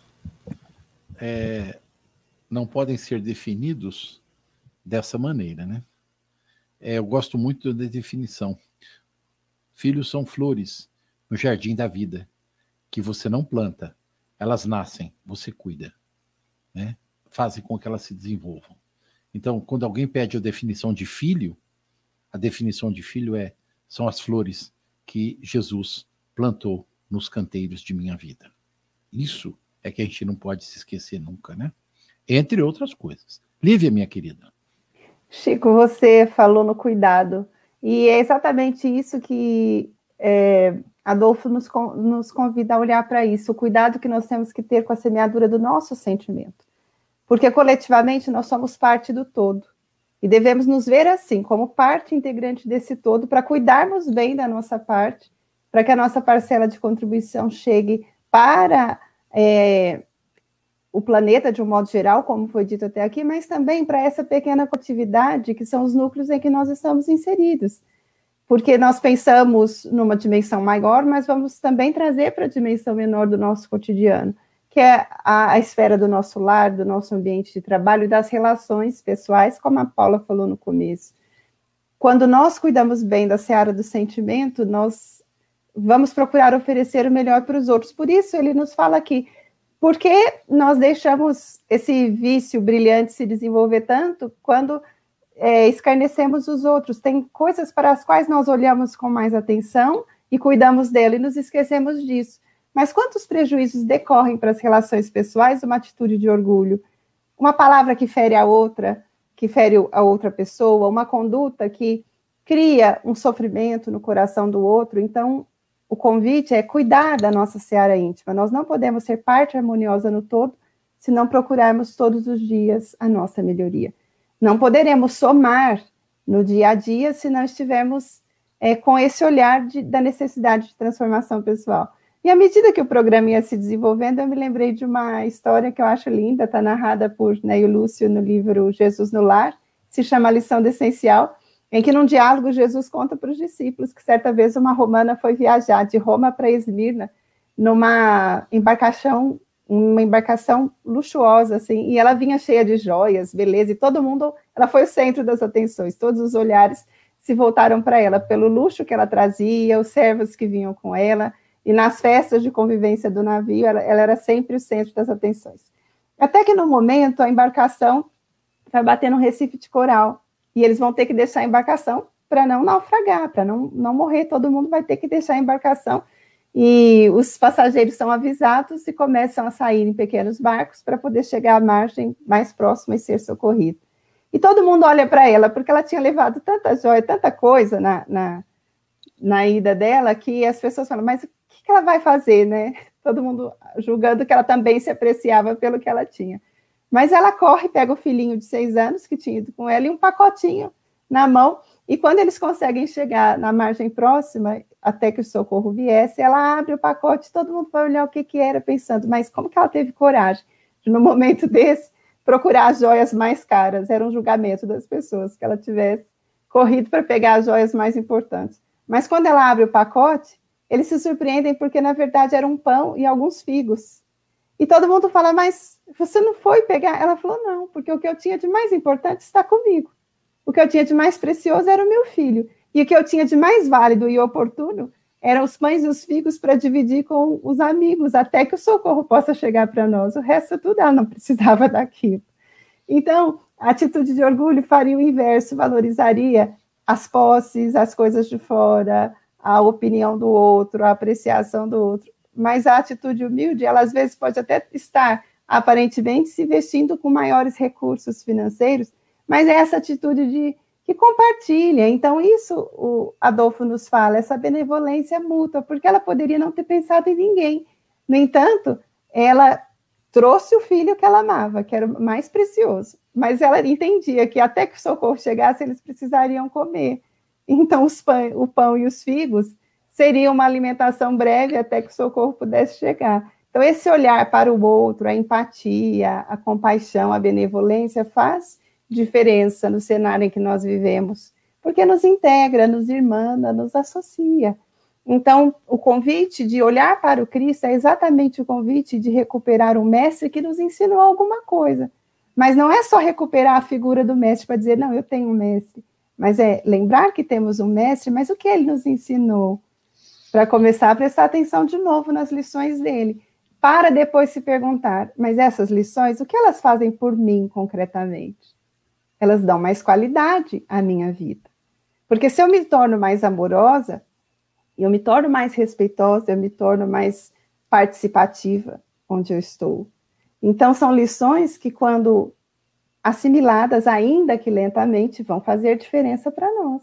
C: não podem ser definidos dessa maneira, né? Eu gosto muito da definição. Filhos são flores no jardim da vida, que você não planta, elas nascem, você cuida, né? Fazem com que elas se desenvolvam. Então, quando alguém pede a definição de filho, a definição de filho são as flores que Jesus plantou nos canteiros de minha vida. Isso é que a gente não pode se esquecer nunca, né? Entre outras coisas. Lívia, minha querida.
D: Chico, você falou no cuidado. E é exatamente isso que Adolfo nos convida a olhar para isso. O cuidado que nós temos que ter com a semeadura do nosso sentimento. Porque coletivamente nós somos parte do todo. E devemos nos ver assim, como parte integrante desse todo, para cuidarmos bem da nossa parte, para que a nossa parcela de contribuição chegue para o planeta de um modo geral, como foi dito até aqui, mas também para essa pequena coletividade, que são os núcleos em que nós estamos inseridos. Porque nós pensamos numa dimensão maior, mas vamos também trazer para a dimensão menor do nosso cotidiano, que é a esfera do nosso lar, do nosso ambiente de trabalho e das relações pessoais, como a Paula falou no começo. Quando nós cuidamos bem da seara do sentimento, nós vamos procurar oferecer o melhor para os outros. Por isso, ele nos fala aqui, por que nós deixamos esse vício brilhante se desenvolver tanto quando escarnecemos os outros? Tem coisas para as quais nós olhamos com mais atenção e cuidamos dela e nos esquecemos disso. Mas quantos prejuízos decorrem para as relações pessoais de uma atitude de orgulho? Uma palavra que fere a outra pessoa, uma conduta que cria um sofrimento no coração do outro. Então, o convite é cuidar da nossa seara íntima. Nós não podemos ser parte harmoniosa no todo se não procurarmos todos os dias a nossa melhoria. Não poderemos somar no dia a dia se não estivermos com esse olhar da necessidade de transformação pessoal. E à medida que o programa ia se desenvolvendo, eu me lembrei de uma história que eu acho linda, está narrada por Neio Lúcio no livro Jesus no Lar, se chama A Lição do Essencial, em que num diálogo Jesus conta para os discípulos que certa vez uma romana foi viajar de Roma para Esmirna numa embarcação luxuosa, assim, e ela vinha cheia de joias, beleza, e todo mundo, ela foi o centro das atenções, todos os olhares se voltaram para ela, pelo luxo que ela trazia, os servos que vinham com ela, e nas festas de convivência do navio, ela era sempre o centro das atenções. Até que no momento, a embarcação vai bater no recife de coral, e eles vão ter que deixar a embarcação para não naufragar, para não morrer, todo mundo vai ter que deixar a embarcação, e os passageiros são avisados e começam a sair em pequenos barcos para poder chegar à margem mais próxima e ser socorrido. E todo mundo olha para ela, porque ela tinha levado tanta joia, tanta coisa na ida dela, que as pessoas falam, mas o que ela vai fazer, né? Todo mundo julgando que ela também se apreciava pelo que ela tinha. Mas ela corre, pega o filhinho de 6 anos que tinha ido com ela e um pacotinho na mão, e quando eles conseguem chegar na margem próxima, até que o socorro viesse, ela abre o pacote, todo mundo vai olhar o que era, pensando, mas como que ela teve coragem no momento desse, procurar as joias mais caras. Era um julgamento das pessoas, que ela tivesse corrido para pegar as joias mais importantes. Mas quando ela abre o pacote, eles se surpreendem porque, na verdade, era um pão e alguns figos. E todo mundo fala, mas você não foi pegar? Ela falou, não, porque o que eu tinha de mais importante está comigo. O que eu tinha de mais precioso era o meu filho. E o que eu tinha de mais válido e oportuno eram os pães e os figos para dividir com os amigos, até que o socorro possa chegar para nós. O resto tudo ela não precisava daquilo. Então, a atitude de orgulho faria o inverso, valorizaria as posses, as coisas de fora, a opinião do outro, a apreciação do outro. Mas a atitude humilde, ela às vezes pode até estar aparentemente se vestindo com maiores recursos financeiros, mas é essa atitude que compartilha. Então, isso o Adolfo nos fala, essa benevolência mútua, porque ela poderia não ter pensado em ninguém. No entanto, ela trouxe o filho que ela amava, que era o mais precioso, mas ela entendia que até que o socorro chegasse, eles precisariam comer. Então, o pão e os figos seriam uma alimentação breve até que o socorro pudesse chegar. Então, esse olhar para o outro, a empatia, a compaixão, a benevolência faz diferença no cenário em que nós vivemos, porque nos integra, nos irmana, nos associa. Então, o convite de olhar para o Cristo é exatamente o convite de recuperar um mestre que nos ensinou alguma coisa. Mas não é só recuperar a figura do mestre para dizer, não, eu tenho um mestre, mas é lembrar que temos um mestre, mas o que ele nos ensinou? Para começar a prestar atenção de novo nas lições dele, para depois se perguntar, mas essas lições, o que elas fazem por mim concretamente? Elas dão mais qualidade à minha vida. Porque se eu me torno mais amorosa, eu me torno mais respeitosa, eu me torno mais participativa onde eu estou. Então, são lições que, quando assimiladas, ainda que lentamente, vão fazer diferença para nós,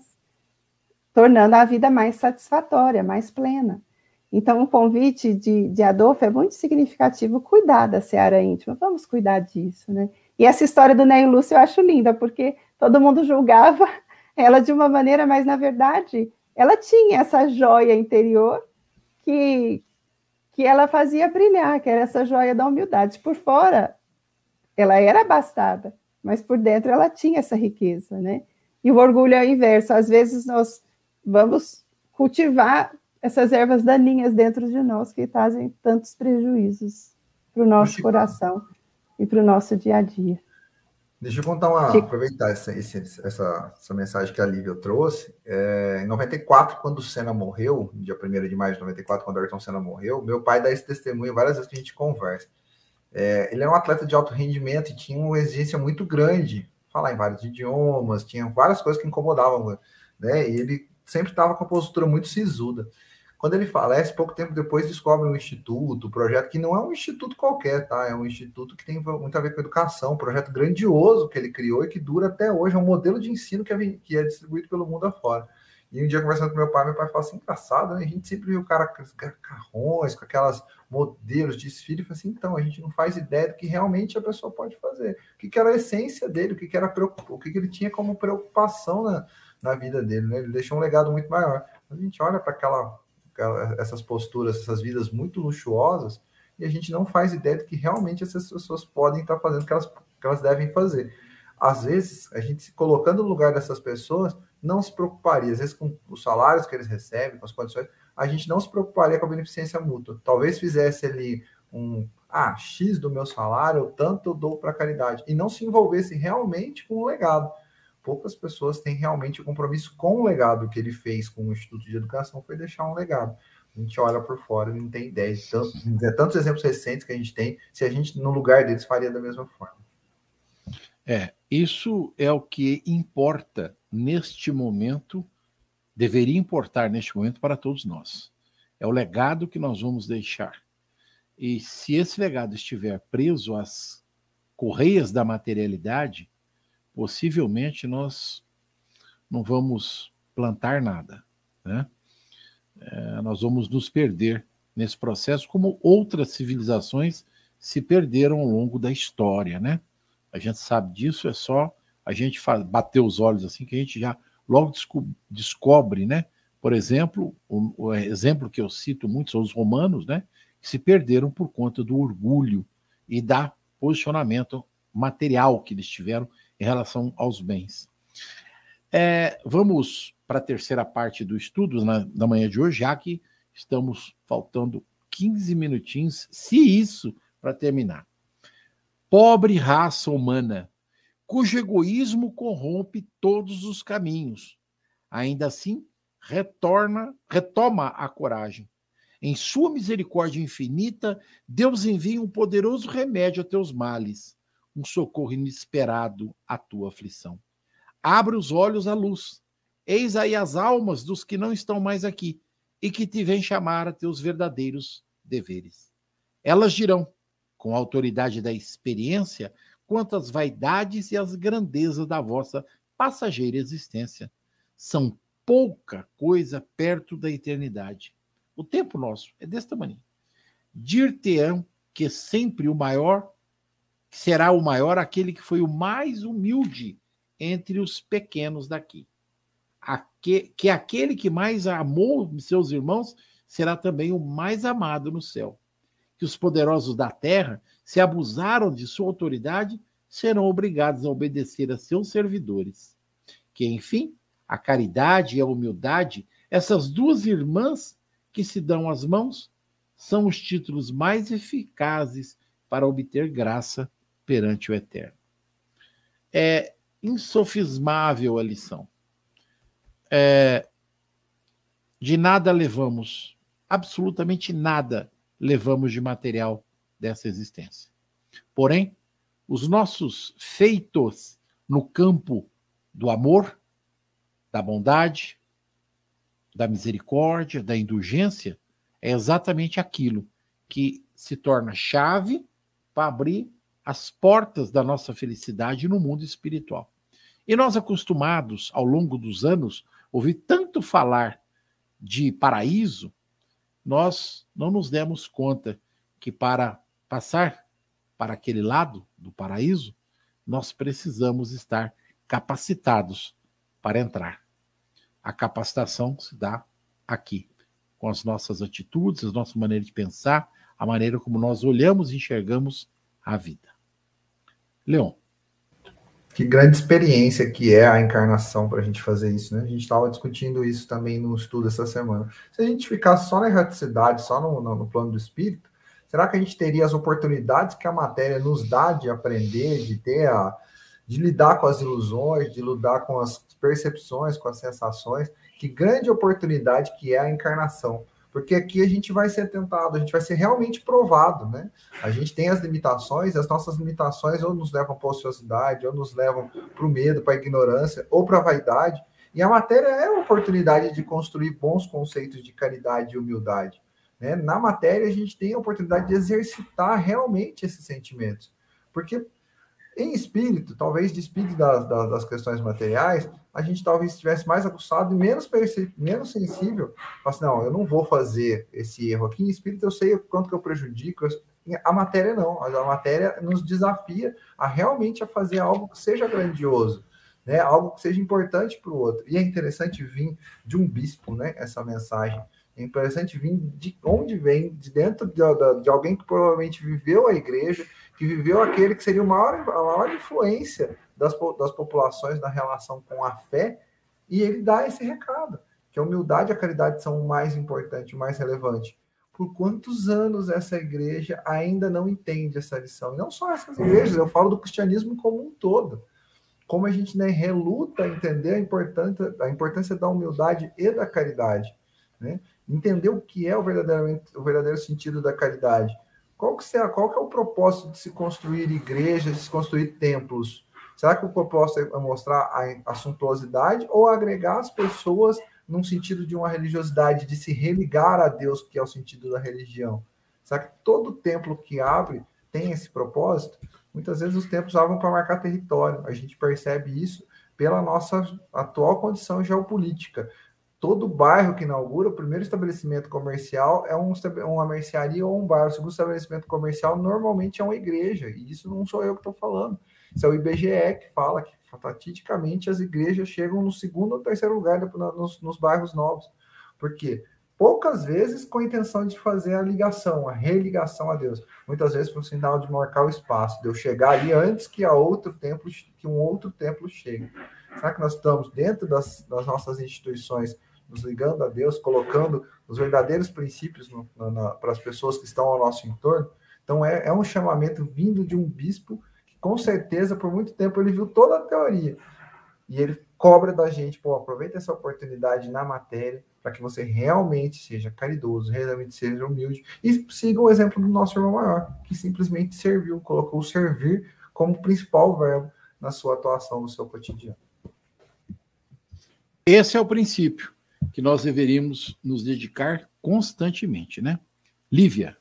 D: tornando a vida mais satisfatória, mais plena. Então, o convite de Adolfo é muito significativo, cuidar da seara íntima, vamos cuidar disso, né? E essa história do Ney e Lúcio eu acho linda, porque todo mundo julgava ela de uma maneira, mas, na verdade, ela tinha essa joia interior que ela fazia brilhar, que era essa joia da humildade. Por fora, ela era abastada, mas por dentro ela tinha essa riqueza, né? E o orgulho é o inverso. Às vezes nós vamos cultivar essas ervas daninhas dentro de nós que trazem tantos prejuízos para o nosso coração e para o nosso dia a dia.
F: Deixa eu contar aproveitar essa mensagem que a Lívia trouxe. Em 94, quando o Senna morreu, no dia 1º de maio de 94, quando o Ayrton Senna morreu, meu pai dá esse testemunho várias vezes que a gente conversa. Ele era um atleta de alto rendimento e tinha uma exigência muito grande, falar em vários idiomas, tinha várias coisas que incomodavam, né? E ele sempre estava com a postura muito sisuda. Quando ele falece, pouco tempo depois descobre um instituto, um projeto que não é um instituto qualquer, tá? É um instituto que tem muito a ver com educação, um projeto grandioso que ele criou e que dura até hoje, é um modelo de ensino que é distribuído pelo mundo afora. E um dia, conversando com meu pai fala assim, engraçado, né? A gente sempre viu o cara com carrões, com aquelas modelos de desfile, e fala assim, então, a gente não faz ideia do que realmente a pessoa pode fazer. O que era a essência dele, o que ele tinha como preocupação na vida dele, né? Ele deixou um legado muito maior. A gente olha para essas posturas, essas vidas muito luxuosas, e a gente não faz ideia de que realmente essas pessoas podem estar fazendo o que elas devem fazer. Às vezes, a gente se colocando no lugar dessas pessoas, não se preocuparia, às vezes com os salários que eles recebem, com as condições, a gente não se preocuparia com a beneficência mútua. Talvez fizesse ali X do meu salário, tanto eu dou para caridade, e não se envolvesse realmente com o legado. Poucas pessoas têm realmente o compromisso com o legado que ele fez com o Instituto de Educação, foi deixar um legado. A gente olha por fora e não tem ideia de tantos exemplos recentes que a gente tem, se a gente, no lugar deles, faria da mesma forma.
C: Isso é o que importa neste momento, deveria importar neste momento para todos nós. É o legado que nós vamos deixar. E se esse legado estiver preso às correias da materialidade, possivelmente nós não vamos plantar nada, né? Nós vamos nos perder nesse processo, como outras civilizações se perderam ao longo da história, né? A gente sabe disso, é só a gente bater os olhos assim que a gente já logo descobre, né? Por exemplo, o exemplo que eu cito muito são os romanos, né? Que se perderam por conta do orgulho e da posicionamento material que eles tiveram em relação aos bens. Vamos para a terceira parte do estudo da manhã de hoje, já que estamos faltando 15 minutinhos, se isso, para terminar. Pobre raça humana, cujo egoísmo corrompe todos os caminhos. Ainda assim, retoma a coragem. Em sua misericórdia infinita, Deus envia um poderoso remédio a teus males, um socorro inesperado à tua aflição. Abre os olhos à luz. Eis aí as almas dos que não estão mais aqui e que te vêm chamar a teus verdadeiros deveres. Elas dirão, com a autoridade da experiência, quantas vaidades e as grandezas da vossa passageira existência são pouca coisa perto da eternidade. O tempo nosso é desse tamanho. Dir-te-ão que sempre o maior, será o maior aquele que foi o mais humilde entre os pequenos daqui. Que aquele que mais amou seus irmãos será também o mais amado no céu. Que os poderosos da terra, se abusaram de sua autoridade, serão obrigados a obedecer a seus servidores. Que, enfim, a caridade e a humildade, essas duas irmãs que se dão as mãos, são os títulos mais eficazes para obter graça perante o Eterno. É insofismável a lição. De nada levamos, absolutamente nada levamos de material dessa existência. Porém, os nossos feitos no campo do amor, da bondade, da misericórdia, da indulgência, é exatamente aquilo que se torna chave para abrir as portas da nossa felicidade no mundo espiritual. E nós, acostumados, ao longo dos anos, ouvir tanto falar de paraíso, nós não nos demos conta que para passar para aquele lado do paraíso, nós precisamos estar capacitados para entrar. A capacitação se dá aqui, com as nossas atitudes, a nossa maneira de pensar, a maneira como nós olhamos e enxergamos a vida. Leon.
F: Que grande experiência que é a encarnação para a gente fazer isso, né? A gente estava discutindo isso também no estudo essa semana. Se a gente ficasse só na erraticidade, só no plano do espírito, será que a gente teria as oportunidades que a matéria nos dá de aprender, de lidar com as ilusões, de lidar com as percepções, com as sensações? Que grande oportunidade que é a encarnação. Porque aqui a gente vai ser tentado, a gente vai ser realmente provado, né? A gente tem as limitações, as nossas limitações ou nos levam para a ociosidade, ou nos levam para o medo, para a ignorância, ou para a vaidade. E a matéria é a oportunidade de construir bons conceitos de caridade e humildade, né? Na matéria a gente tem a oportunidade de exercitar realmente esses sentimentos. Porque em espírito, talvez de espírito das questões materiais, a gente talvez estivesse mais aguçado e menos sensível. Assim, não, eu não vou fazer esse erro aqui. Em espírito eu sei o quanto que eu prejudico. A matéria não. A matéria nos desafia a realmente fazer algo que seja grandioso, né? Algo que seja importante para o outro. E é interessante vir de um bispo, né? Essa mensagem. É interessante vir de onde vem, de dentro de alguém que provavelmente viveu a igreja, que viveu aquele que seria a maior influência das populações na relação com a fé, e ele dá esse recado, que a humildade e a caridade são o mais importante, o mais relevante. Por quantos anos essa igreja ainda não entende essa lição? E não só essas igrejas, eu falo do cristianismo como um todo. Como a gente, né, reluta a entender a importância da humildade e da caridade, né? Entender o que é o verdadeiro sentido da caridade. Qual que é o propósito de se construir igrejas, de se construir templos? Será que o propósito é mostrar a suntuosidade ou agregar as pessoas num sentido de uma religiosidade, de se religar a Deus, que é o sentido da religião? Será que todo templo que abre tem esse propósito? Muitas vezes os templos abrem para marcar território. A gente percebe isso pela nossa atual condição geopolítica. Todo bairro que inaugura, o primeiro estabelecimento comercial é uma mercearia ou um bar. O segundo estabelecimento comercial normalmente é uma igreja. E isso não sou eu que estou falando. Isso é o IBGE que fala que, estatisticamente, as igrejas chegam no segundo ou terceiro lugar nos bairros novos. Por quê? poucas vezes com a intenção de fazer a ligação, a religação a Deus. Muitas vezes para o sinal de marcar o espaço, de eu chegar ali antes que um outro templo chegue. Será que nós estamos dentro das nossas instituições, nos ligando a Deus, colocando os verdadeiros princípios para as pessoas que estão ao nosso entorno? Então, é um chamamento vindo de um bispo que, com certeza, por muito tempo, ele viu toda a teoria. E ele cobra da gente, aproveita essa oportunidade na matéria para que você realmente seja caridoso, realmente seja humilde e siga o exemplo do nosso irmão maior, que simplesmente serviu, colocou o servir como principal verbo na sua atuação, no seu cotidiano.
C: Esse é o princípio que nós deveríamos nos dedicar constantemente, né? Lívia.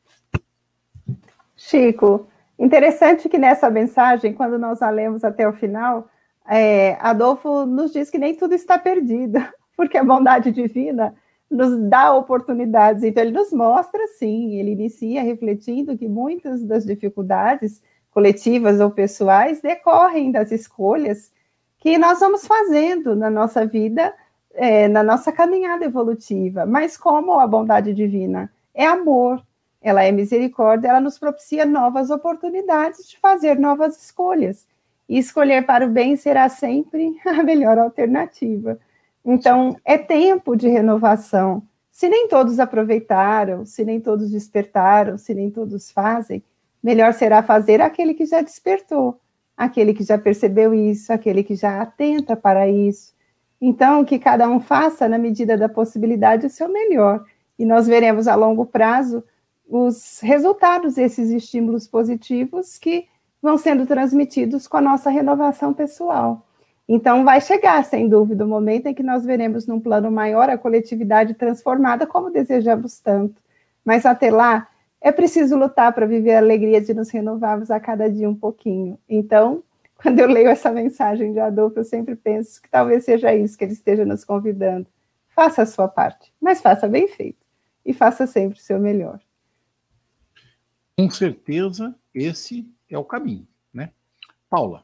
D: Chico, interessante que nessa mensagem, quando nós a lemos até o final, Adolfo nos diz que nem tudo está perdido, porque a bondade divina nos dá oportunidades. Então, ele nos mostra, sim, ele inicia refletindo que muitas das dificuldades coletivas ou pessoais decorrem das escolhas que nós vamos fazendo na nossa vida, na nossa caminhada evolutiva. Mas como a bondade divina é amor, ela é misericórdia, ela nos propicia novas oportunidades de fazer novas escolhas. E escolher para o bem será sempre a melhor alternativa. Então, é tempo de renovação. Se nem todos aproveitaram, se nem todos despertaram, se nem todos fazem, melhor será fazer aquele que já despertou, aquele que já percebeu isso, aquele que já atenta para isso. Então, que cada um faça, na medida da possibilidade, o seu melhor. E nós veremos a longo prazo os resultados desses estímulos positivos que vão sendo transmitidos com a nossa renovação pessoal. Então, vai chegar, sem dúvida, o momento em que nós veremos num plano maior a coletividade transformada como desejamos tanto. Mas até lá, é preciso lutar para viver a alegria de nos renovarmos a cada dia um pouquinho. Então, quando eu leio essa mensagem de Adolfo, eu sempre penso que talvez seja isso que ele esteja nos convidando. Faça a sua parte, mas faça bem feito. E faça sempre o seu melhor.
C: Com certeza, esse é o caminho, né? Paula.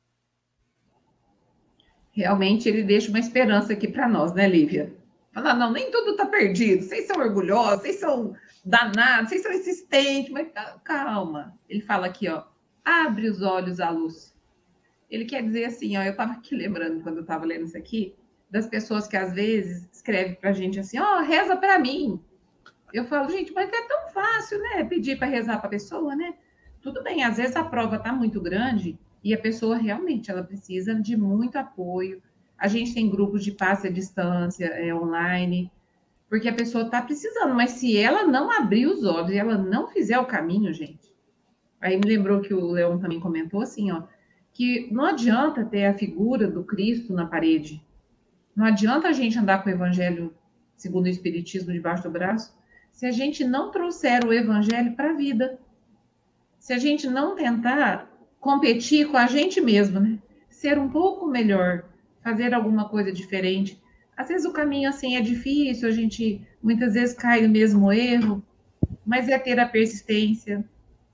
E: Realmente, ele deixa uma esperança aqui para nós, né, Lívia? Fala, não, nem tudo está perdido. Vocês são orgulhosos, vocês são danados, vocês são insistentes, mas calma. Ele fala aqui, ó, abre os olhos à luz. Ele quer dizer assim, ó, eu estava aqui lembrando, quando eu estava lendo isso aqui, das pessoas que às vezes escrevem para a gente assim, ó, reza para mim. Eu falo, gente, mas é tão fácil, né, pedir para rezar para a pessoa, né? Tudo bem, às vezes a prova está muito grande e a pessoa realmente, ela precisa de muito apoio. A gente tem grupos de passe à distância, online, porque a pessoa está precisando, mas se ela não abrir os olhos e ela não fizer o caminho, gente, aí me lembrou que o Leon também comentou assim, ó, que não adianta ter a figura do Cristo na parede, não adianta a gente andar com o Evangelho segundo o Espiritismo debaixo do braço, se a gente não trouxer o Evangelho para a vida, se a gente não tentar competir com a gente mesmo, né? Ser um pouco melhor, fazer alguma coisa diferente. Às vezes o caminho assim é difícil, a gente muitas vezes cai no mesmo erro, mas é ter a persistência,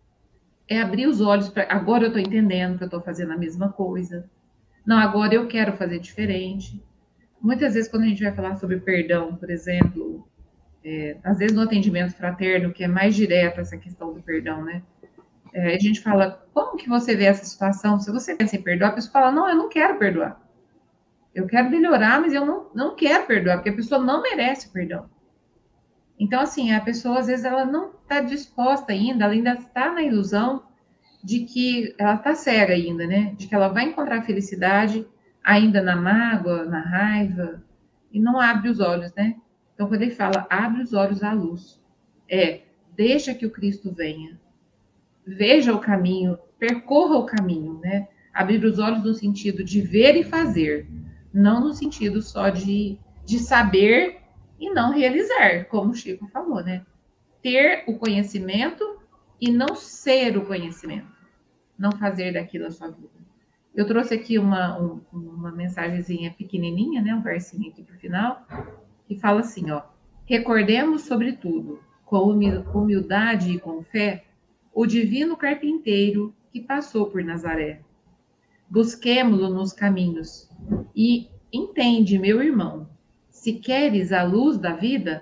E: é abrir os olhos para agora eu estou entendendo que eu estou fazendo a mesma coisa. Não, agora eu quero fazer diferente. Muitas vezes quando a gente vai falar sobre perdão, por exemplo, às vezes no atendimento fraterno, que é mais direto essa questão do perdão, né? A gente fala, como que você vê essa situação? Se você pensa em perdoar, a pessoa fala, não, eu não quero perdoar. Eu quero melhorar, mas eu não quero perdoar, porque a pessoa não merece perdão. Então, assim, a pessoa, às vezes, ela não está disposta ainda, ela ainda está na ilusão de que ela está cega ainda, né? De que ela vai encontrar felicidade ainda na mágoa, na raiva, e não abre os olhos, né? Então, quando ele fala, abre os olhos à luz, deixa que o Cristo venha. Veja o caminho, percorra o caminho, né? Abrir os olhos no sentido de ver e fazer, não no sentido só de saber e não realizar, como o Chico falou, né? Ter o conhecimento e não ser o conhecimento, não fazer daquilo a sua vida. Eu trouxe aqui uma mensagenzinha pequenininha, né? Um versinho aqui para o final, que fala assim, ó, recordemos sobretudo, com humildade e com fé, o divino carpinteiro que passou por Nazaré. Busquemo-lo nos caminhos e entende, meu irmão, se queres a luz da vida,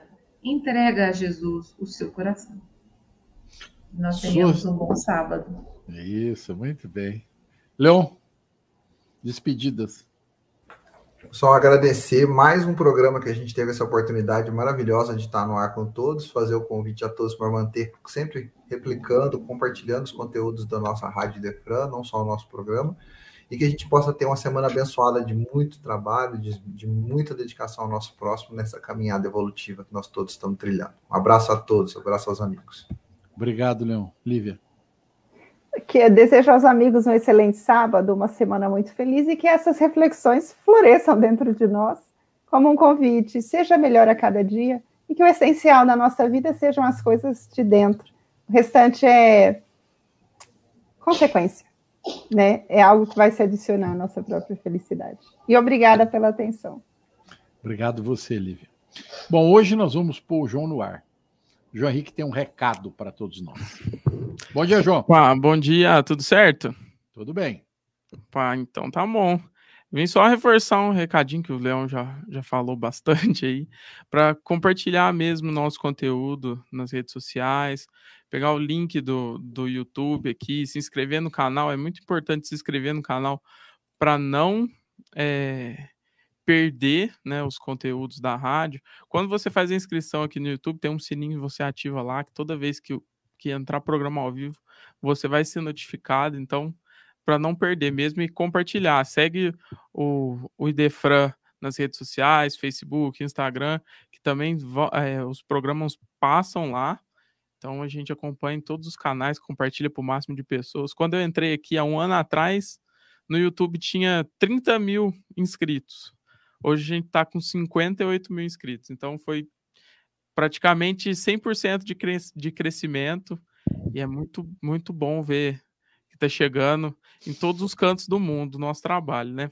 E: entrega a Jesus o seu coração. Nós tenhamos um bom sábado.
C: Isso, muito bem. Leon, despedidas.
F: Só agradecer mais um programa que a gente teve essa oportunidade maravilhosa de estar no ar com todos, fazer o convite a todos para manter sempre replicando, compartilhando os conteúdos da nossa Rádio Idefran, não só o nosso programa, e que a gente possa ter uma semana abençoada de muito trabalho, de muita dedicação ao nosso próximo nessa caminhada evolutiva que nós todos estamos trilhando. Um abraço a todos, um abraço aos amigos.
C: Obrigado, Leon. Lívia.
D: Que desejo aos amigos um excelente sábado, uma semana muito feliz e que essas reflexões floresçam dentro de nós como um convite, seja melhor a cada dia e que o essencial na nossa vida sejam as coisas de dentro. O restante é consequência, né? É algo que vai se adicionar à nossa própria felicidade. E obrigada pela atenção.
C: Obrigado você, Lívia. Bom, hoje nós vamos pôr o João no ar. O João Henrique tem um recado para todos nós. Bom dia, João.
G: Bom dia, tudo certo?
C: Tudo bem.
G: Então tá bom. Vim só reforçar um recadinho que o Leão já falou bastante aí, para compartilhar mesmo nosso conteúdo nas redes sociais, pegar o link do YouTube aqui, se inscrever no canal. É muito importante se inscrever no canal para não perder, né, os conteúdos da rádio. Quando você faz a inscrição aqui no YouTube, tem um sininho que você ativa lá, que toda vez que entrar programa ao vivo, você vai ser notificado. Então, para não perder mesmo e compartilhar. Segue o Idefran nas redes sociais, Facebook, Instagram, que também os programas passam lá. Então, a gente acompanha em todos os canais, compartilha para o máximo de pessoas. Quando eu entrei aqui há um ano atrás, no YouTube tinha 30 mil inscritos. Hoje a gente está com 58 mil inscritos. Então, foi praticamente 100% de crescimento. E é muito, muito bom ver que está chegando em todos os cantos do mundo o nosso trabalho, né?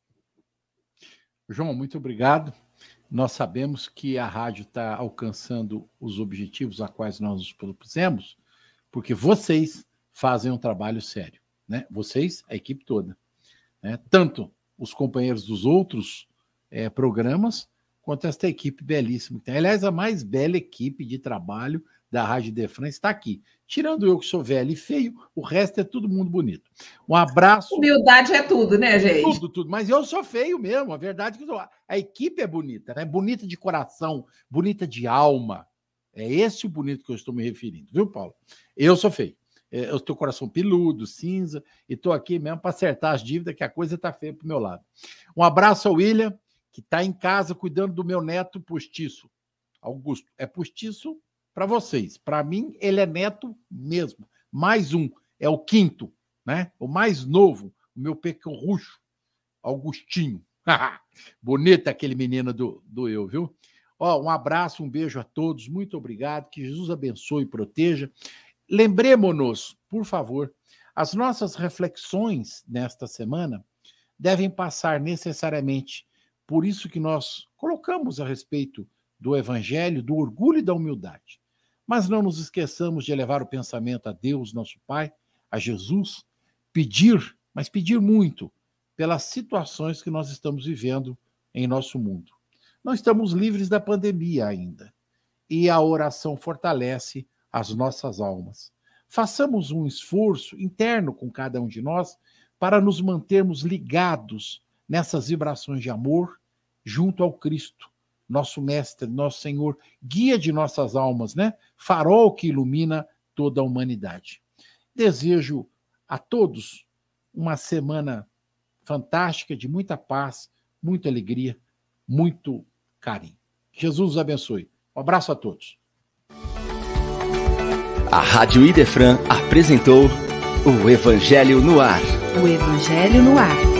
C: João, muito obrigado. Nós sabemos que a rádio está alcançando os objetivos a quais nós nos propusemos, porque vocês fazem um trabalho sério, né? Vocês, a equipe toda, né? Tanto os companheiros dos outros programas, quanto esta equipe belíssima. Aliás, a mais bela equipe de trabalho da Rádio Idefran está aqui. Tirando eu que sou velho e feio, o resto é todo mundo bonito. Um abraço.
E: Humildade é tudo, né, gente?
C: Tudo. Mas eu sou feio mesmo, a verdade é que a equipe é bonita, né? Bonita de coração, bonita de alma. É esse o bonito que eu estou me referindo, viu, Paulo? Eu sou feio. Eu tenho coração peludo, cinza, e estou aqui mesmo para acertar as dívidas, que a coisa está feia para o meu lado. Um abraço ao William, que está em casa cuidando do meu neto postiço. Augusto, é postiço para vocês. Para mim, ele é neto mesmo. Mais um, é o quinto, né? O mais novo, o meu pequerrucho, Augustinho. Bonito aquele menino do eu, viu? Um abraço, um beijo a todos, muito obrigado, que Jesus abençoe e proteja. Lembremos-nos, por favor, as nossas reflexões nesta semana devem passar necessariamente por isso que nós colocamos a respeito do Evangelho, do orgulho e da humildade. Mas não nos esqueçamos de elevar o pensamento a Deus, nosso Pai, a Jesus, pedir, mas pedir muito, pelas situações que nós estamos vivendo em nosso mundo. Não estamos livres da pandemia ainda, e a oração fortalece as nossas almas. Façamos um esforço interno com cada um de nós para nos mantermos ligados nessas vibrações de amor junto ao Cristo, nosso Mestre, nosso Senhor, guia de nossas almas, né? Farol que ilumina toda a humanidade. Desejo a todos uma semana fantástica, de muita paz, muita alegria, muito carinho. Jesus os abençoe. Um abraço a todos.
B: A Rádio Idefran apresentou o Evangelho no Ar.
A: O Evangelho no Ar.